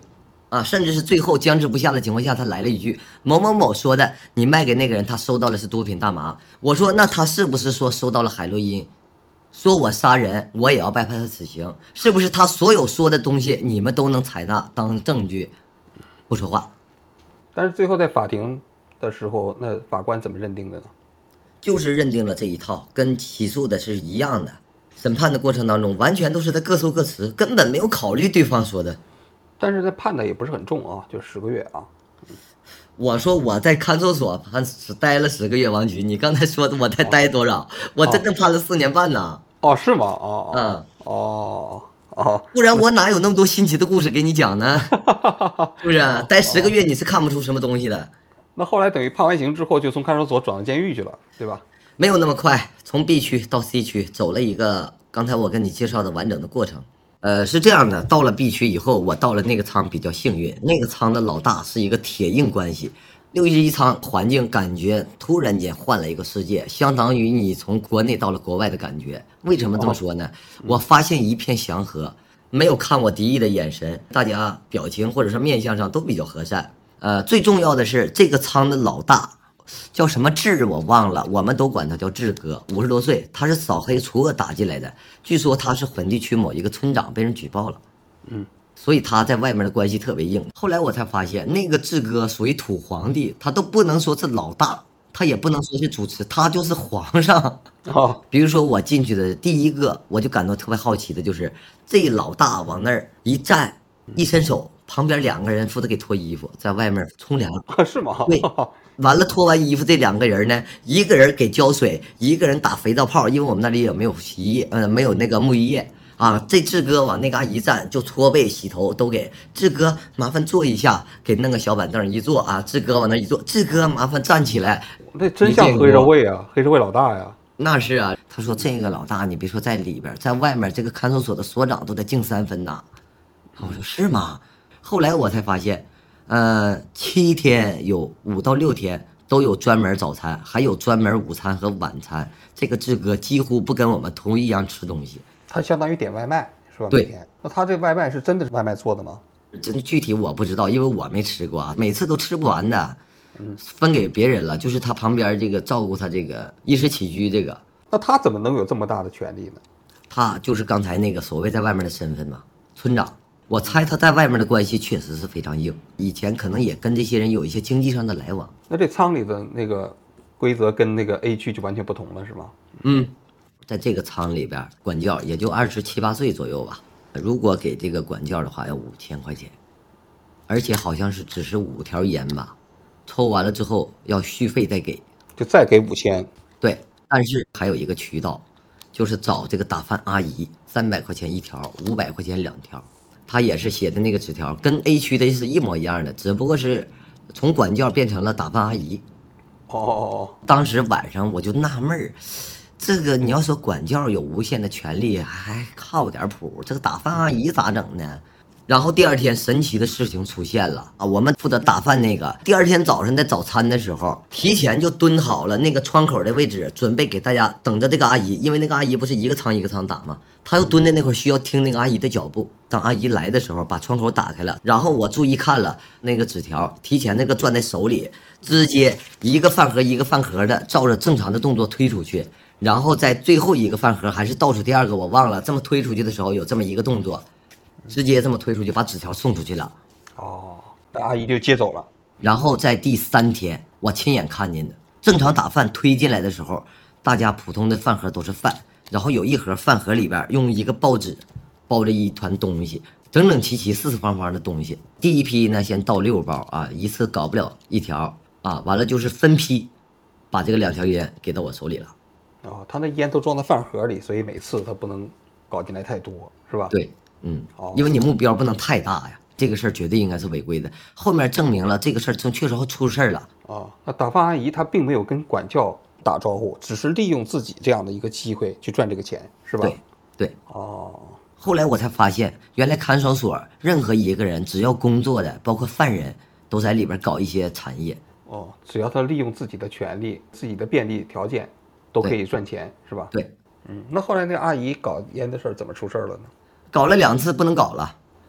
啊，甚至是最后僵持不下的情况下，他来了一句某某某说的，你卖给那个人，他收到的是毒品大麻。我说那他是不是说收到了海洛因？说我杀人，我也要判他死刑，是不是他所有说的东西你们都能采纳当证据？不说话。 但是最后在法庭的时候，那法官怎么认定的呢？ 就是认定了这一套，跟起诉的是一样的。审判的过程当中，完全都是在各说各词，根本没有考虑对方说的。 但是他判的也不是很重啊，就十个月啊。 我说我在看守所判待了十个月，王局，你刚才说的我才待多少？我真正判了四年半呢。 哦，是吗？哦， 嗯， 哦，哦， 不然我哪有那么多新奇的故事给你讲呢？是不是？待十个月你是看不出什么东西的。 那后来等于判完刑之后，就从看守所转到监狱去了，对吧？ 没有那么快，从 B 区到 C 区走了一个刚才我跟你介绍的完整的过程。呃，是这样的，到了 B 区以后，我到了那个仓比较幸运，那个仓的老大是一个铁硬关系。六一仓环境感觉突然间换了一个世界，相当于你从国内到了国外的感觉。为什么这么说呢？我发现一片祥和，没有看我敌意的眼神，大家表情或者是面相上都比较和善。呃，最重要的是这个仓的老大叫什么志我忘了，我们都管他叫志哥，五十多岁，他是扫黑除恶打进来的，据说他是本地区某一个村长，被人举报了， 嗯， 所以他在外面的关系特别硬。后来我才发现，那个志哥属于土皇帝，他都不能说是老大，他也不能说是主持，他就是皇上。 哦， 比如说我进去的第一个，我就感到特别好奇的就是，这老大往那儿一站，一伸手，旁边两个人负责给脱衣服，在外面冲凉。 是吗？ 对，完了脱完衣服，这两个人呢，一个人给浇水，一个人打肥皂泡，因为我们那里也没有洗衣液，呃，没有那个沐浴液啊。这志哥往那嘎一站，就搓背、洗头都给志哥麻烦坐一下，给弄个小板凳一坐啊。志哥往那一坐，志哥麻烦站起来。 那真像黑社会啊，黑社会老大呀。 那是啊，他说这个老大，你别说在里边，在外面这个看守所的所长都得敬三分呐。我说是吗？后来我才发现，呃，七天有五到六天都有专门早餐，还有专门午餐和晚餐。这个志哥几乎不跟我们同一样吃东西， 他相当于点外卖是吧？ 对每天。那他这外卖是真的是外卖做的吗？ 真具体我不知道，因为我没吃过啊，每次都吃不完的，分给别人了，就是他旁边这个照顾他这个衣食起居这个， 那他怎么能有这么大的权利呢？ 他就是刚才那个所谓在外面的身份嘛，村长。我猜他在外面的关系确实是非常硬，以前可能也跟这些人有一些经济上的来往。 那这仓里的那个规则跟那个 A 区就完全不同了，是吗？ 嗯，在这个仓里边管教也就二十七八岁左右吧。如果给这个管教的话，要五千块钱，而且好像是只是五条烟吧，抽完了之后要续费再给。 就再给五千。 对，但是还有一个渠道，就是找这个打饭阿姨，三百块钱一条，五百块钱两条。他也是写的那个纸条，跟 A 区的是一模一样的，只不过是从管教变成了打饭阿姨。 哦哦哦， 当时晚上我就纳闷儿，这个你要说管教有无限的权利，还靠点谱，这个打饭阿姨咋整呢？然后第二天神奇的事情出现了啊！我们负责打饭那个，第二天早上在早餐的时候，提前就蹲好了那个窗口的位置，准备给大家等着这个阿姨，因为那个阿姨不是一个仓一个仓打吗？他又蹲在那块儿，需要听那个阿姨的脚步。当阿姨来的时候，把窗口打开了，然后我注意看了那个纸条，提前那个攥在手里，直接一个饭盒一个饭盒的照着正常的动作推出去，然后在最后一个饭盒还是倒数第二个我忘了，这么推出去的时候有这么一个动作。直接这么推出去，把纸条送出去了。 哦，那阿姨就接走了。 然后在第三天，我亲眼看见的，正常打饭推进来的时候，大家普通的饭盒都是饭，然后有一盒饭盒里边用一个报纸包着一团东西，整整齐齐、四四方方的东西。第一批呢，先倒六包啊，一次搞不了一条啊，完了就是分批把这个两条烟给到我手里了。 哦，他那烟都装在饭盒里，所以每次他不能搞进来太多，是吧？ 对。嗯，因为你目标不能太大呀，这个事儿绝对应该是违规的。后面证明了这个事儿真确实会出事儿了。 哦，那打饭阿姨她并没有跟管教打招呼，只是利用自己这样的一个机会去赚这个钱，是吧？ 对对。 哦， 后来我才发现，原来看守所任何一个人只要工作的，包括犯人，都在里边搞一些产业。 哦，只要他利用自己的权利、自己的便利条件，都可以赚钱，是吧？ 对。 嗯，那后来那阿姨搞烟的事儿怎么出事儿了呢？ 搞了两次不能搞了，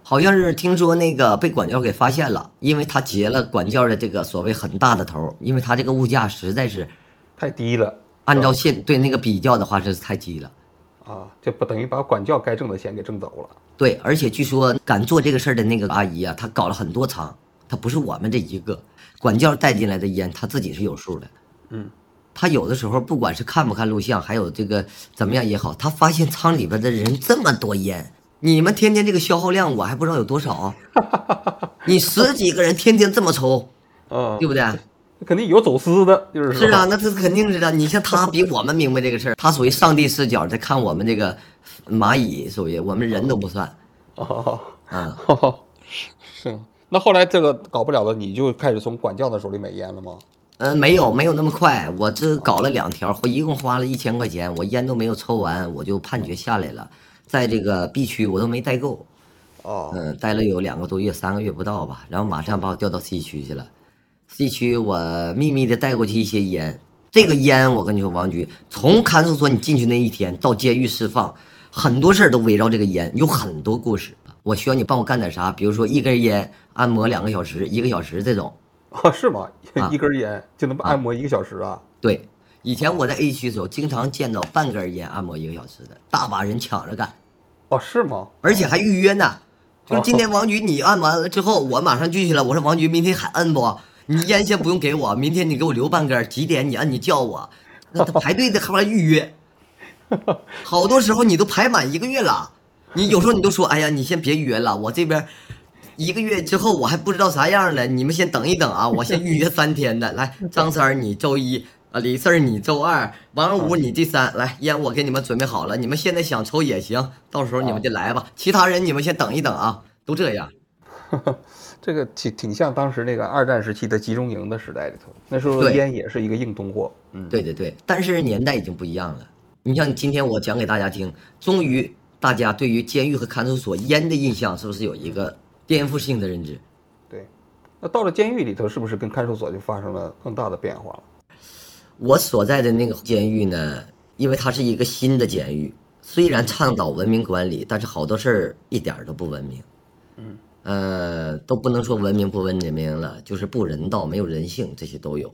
好像是听说那个被管教给发现了，因为他劫了管教的这个所谓很大的头，因为他这个物价实在是太低了， 按照现对那个比较的话，是太低了。 啊，就不等于把管教该挣的钱给挣走了。 对，而且据说敢做这个事儿的那个阿姨啊，她搞了很多仓，她不是我们这一个管教带进来的烟，她自己是有数的。 嗯， 她有的时候不管是看不看录像，还有这个怎么样也好，她发现仓里边的人这么多烟，你们天天这个消耗量我还不知道有多少啊！你十几个人天天这么抽， 啊， 对不对？ 肯定有走私的，就是是啊，那这肯定是的。你像他比我们明白这个事儿，他属于上帝视角在看我们这个蚂蚁，属于我们人都不算。 哦， 啊， 是。那后来这个搞不了了，你就开始从管教的手里买烟了吗？ 呃，没有没有那么快，我这搞了两条，我一共花了一千块钱，我烟都没有抽完，我就判决下来了。在这个 B 区我都没待够， 哦， 嗯、待了有两个多月，三个月不到吧，然后马上把我调到 C 区去了。C 区我秘密的带过去一些烟，这个烟我跟你说，王局从看守所你进去那一天到监狱释放，很多事儿都围绕这个烟，有很多故事。我需要你帮我干点啥，比如说一根烟按摩两个小时，一个小时这种。 啊，是吗？ 啊一根烟就能按摩一个小时啊？ 对，以前我在 A 区的时候，经常见到半根烟按摩一个小时的，大把人抢着干， 哦，是吗？ 而且还预约呢。就是今天王局你按完了之后，我马上就去了。我说王局明天还摁不？你烟先不用给我，明天你给我留半根，几点你摁你叫我。那他排队的后来预约，好多时候你都排满一个月了。你有时候你都说，哎呀，你先别约了，我这边一个月之后我还不知道啥样了，你们先等一等啊，我先预约三天的。来，张三儿你周一啊，李四儿你周二，王五你第三。来，烟我给你们准备好了，你们现在想抽也行，到时候你们就来吧。其他人你们先等一等啊，都这样。 这个挺挺像当时那个二战时期的集中营的时代里头，那时候对烟也是一个硬通货。嗯， 对对对，但是年代已经不一样了。你像今天我讲给大家听，终于大家对于监狱和看守所烟的印象是不是有一个颠覆性的认知？ 对。那到了监狱里头，是不是跟看守所就发生了更大的变化了？ 我所在的那个监狱呢，因为它是一个新的监狱，虽然倡导文明管理，但是好多事儿一点儿都不文明。 嗯， 呃，都不能说文明不文明了，就是不人道，没有人性，这些都有。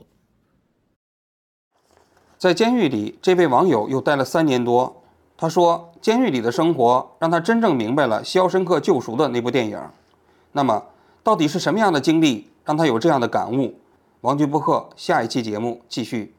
在监狱里，这位网友又待了三年多。他说，监狱里的生活让他真正明白了《肖申克救赎》的那部电影。那么，到底是什么样的经历让他有这样的感悟？王局播客下一期节目继续。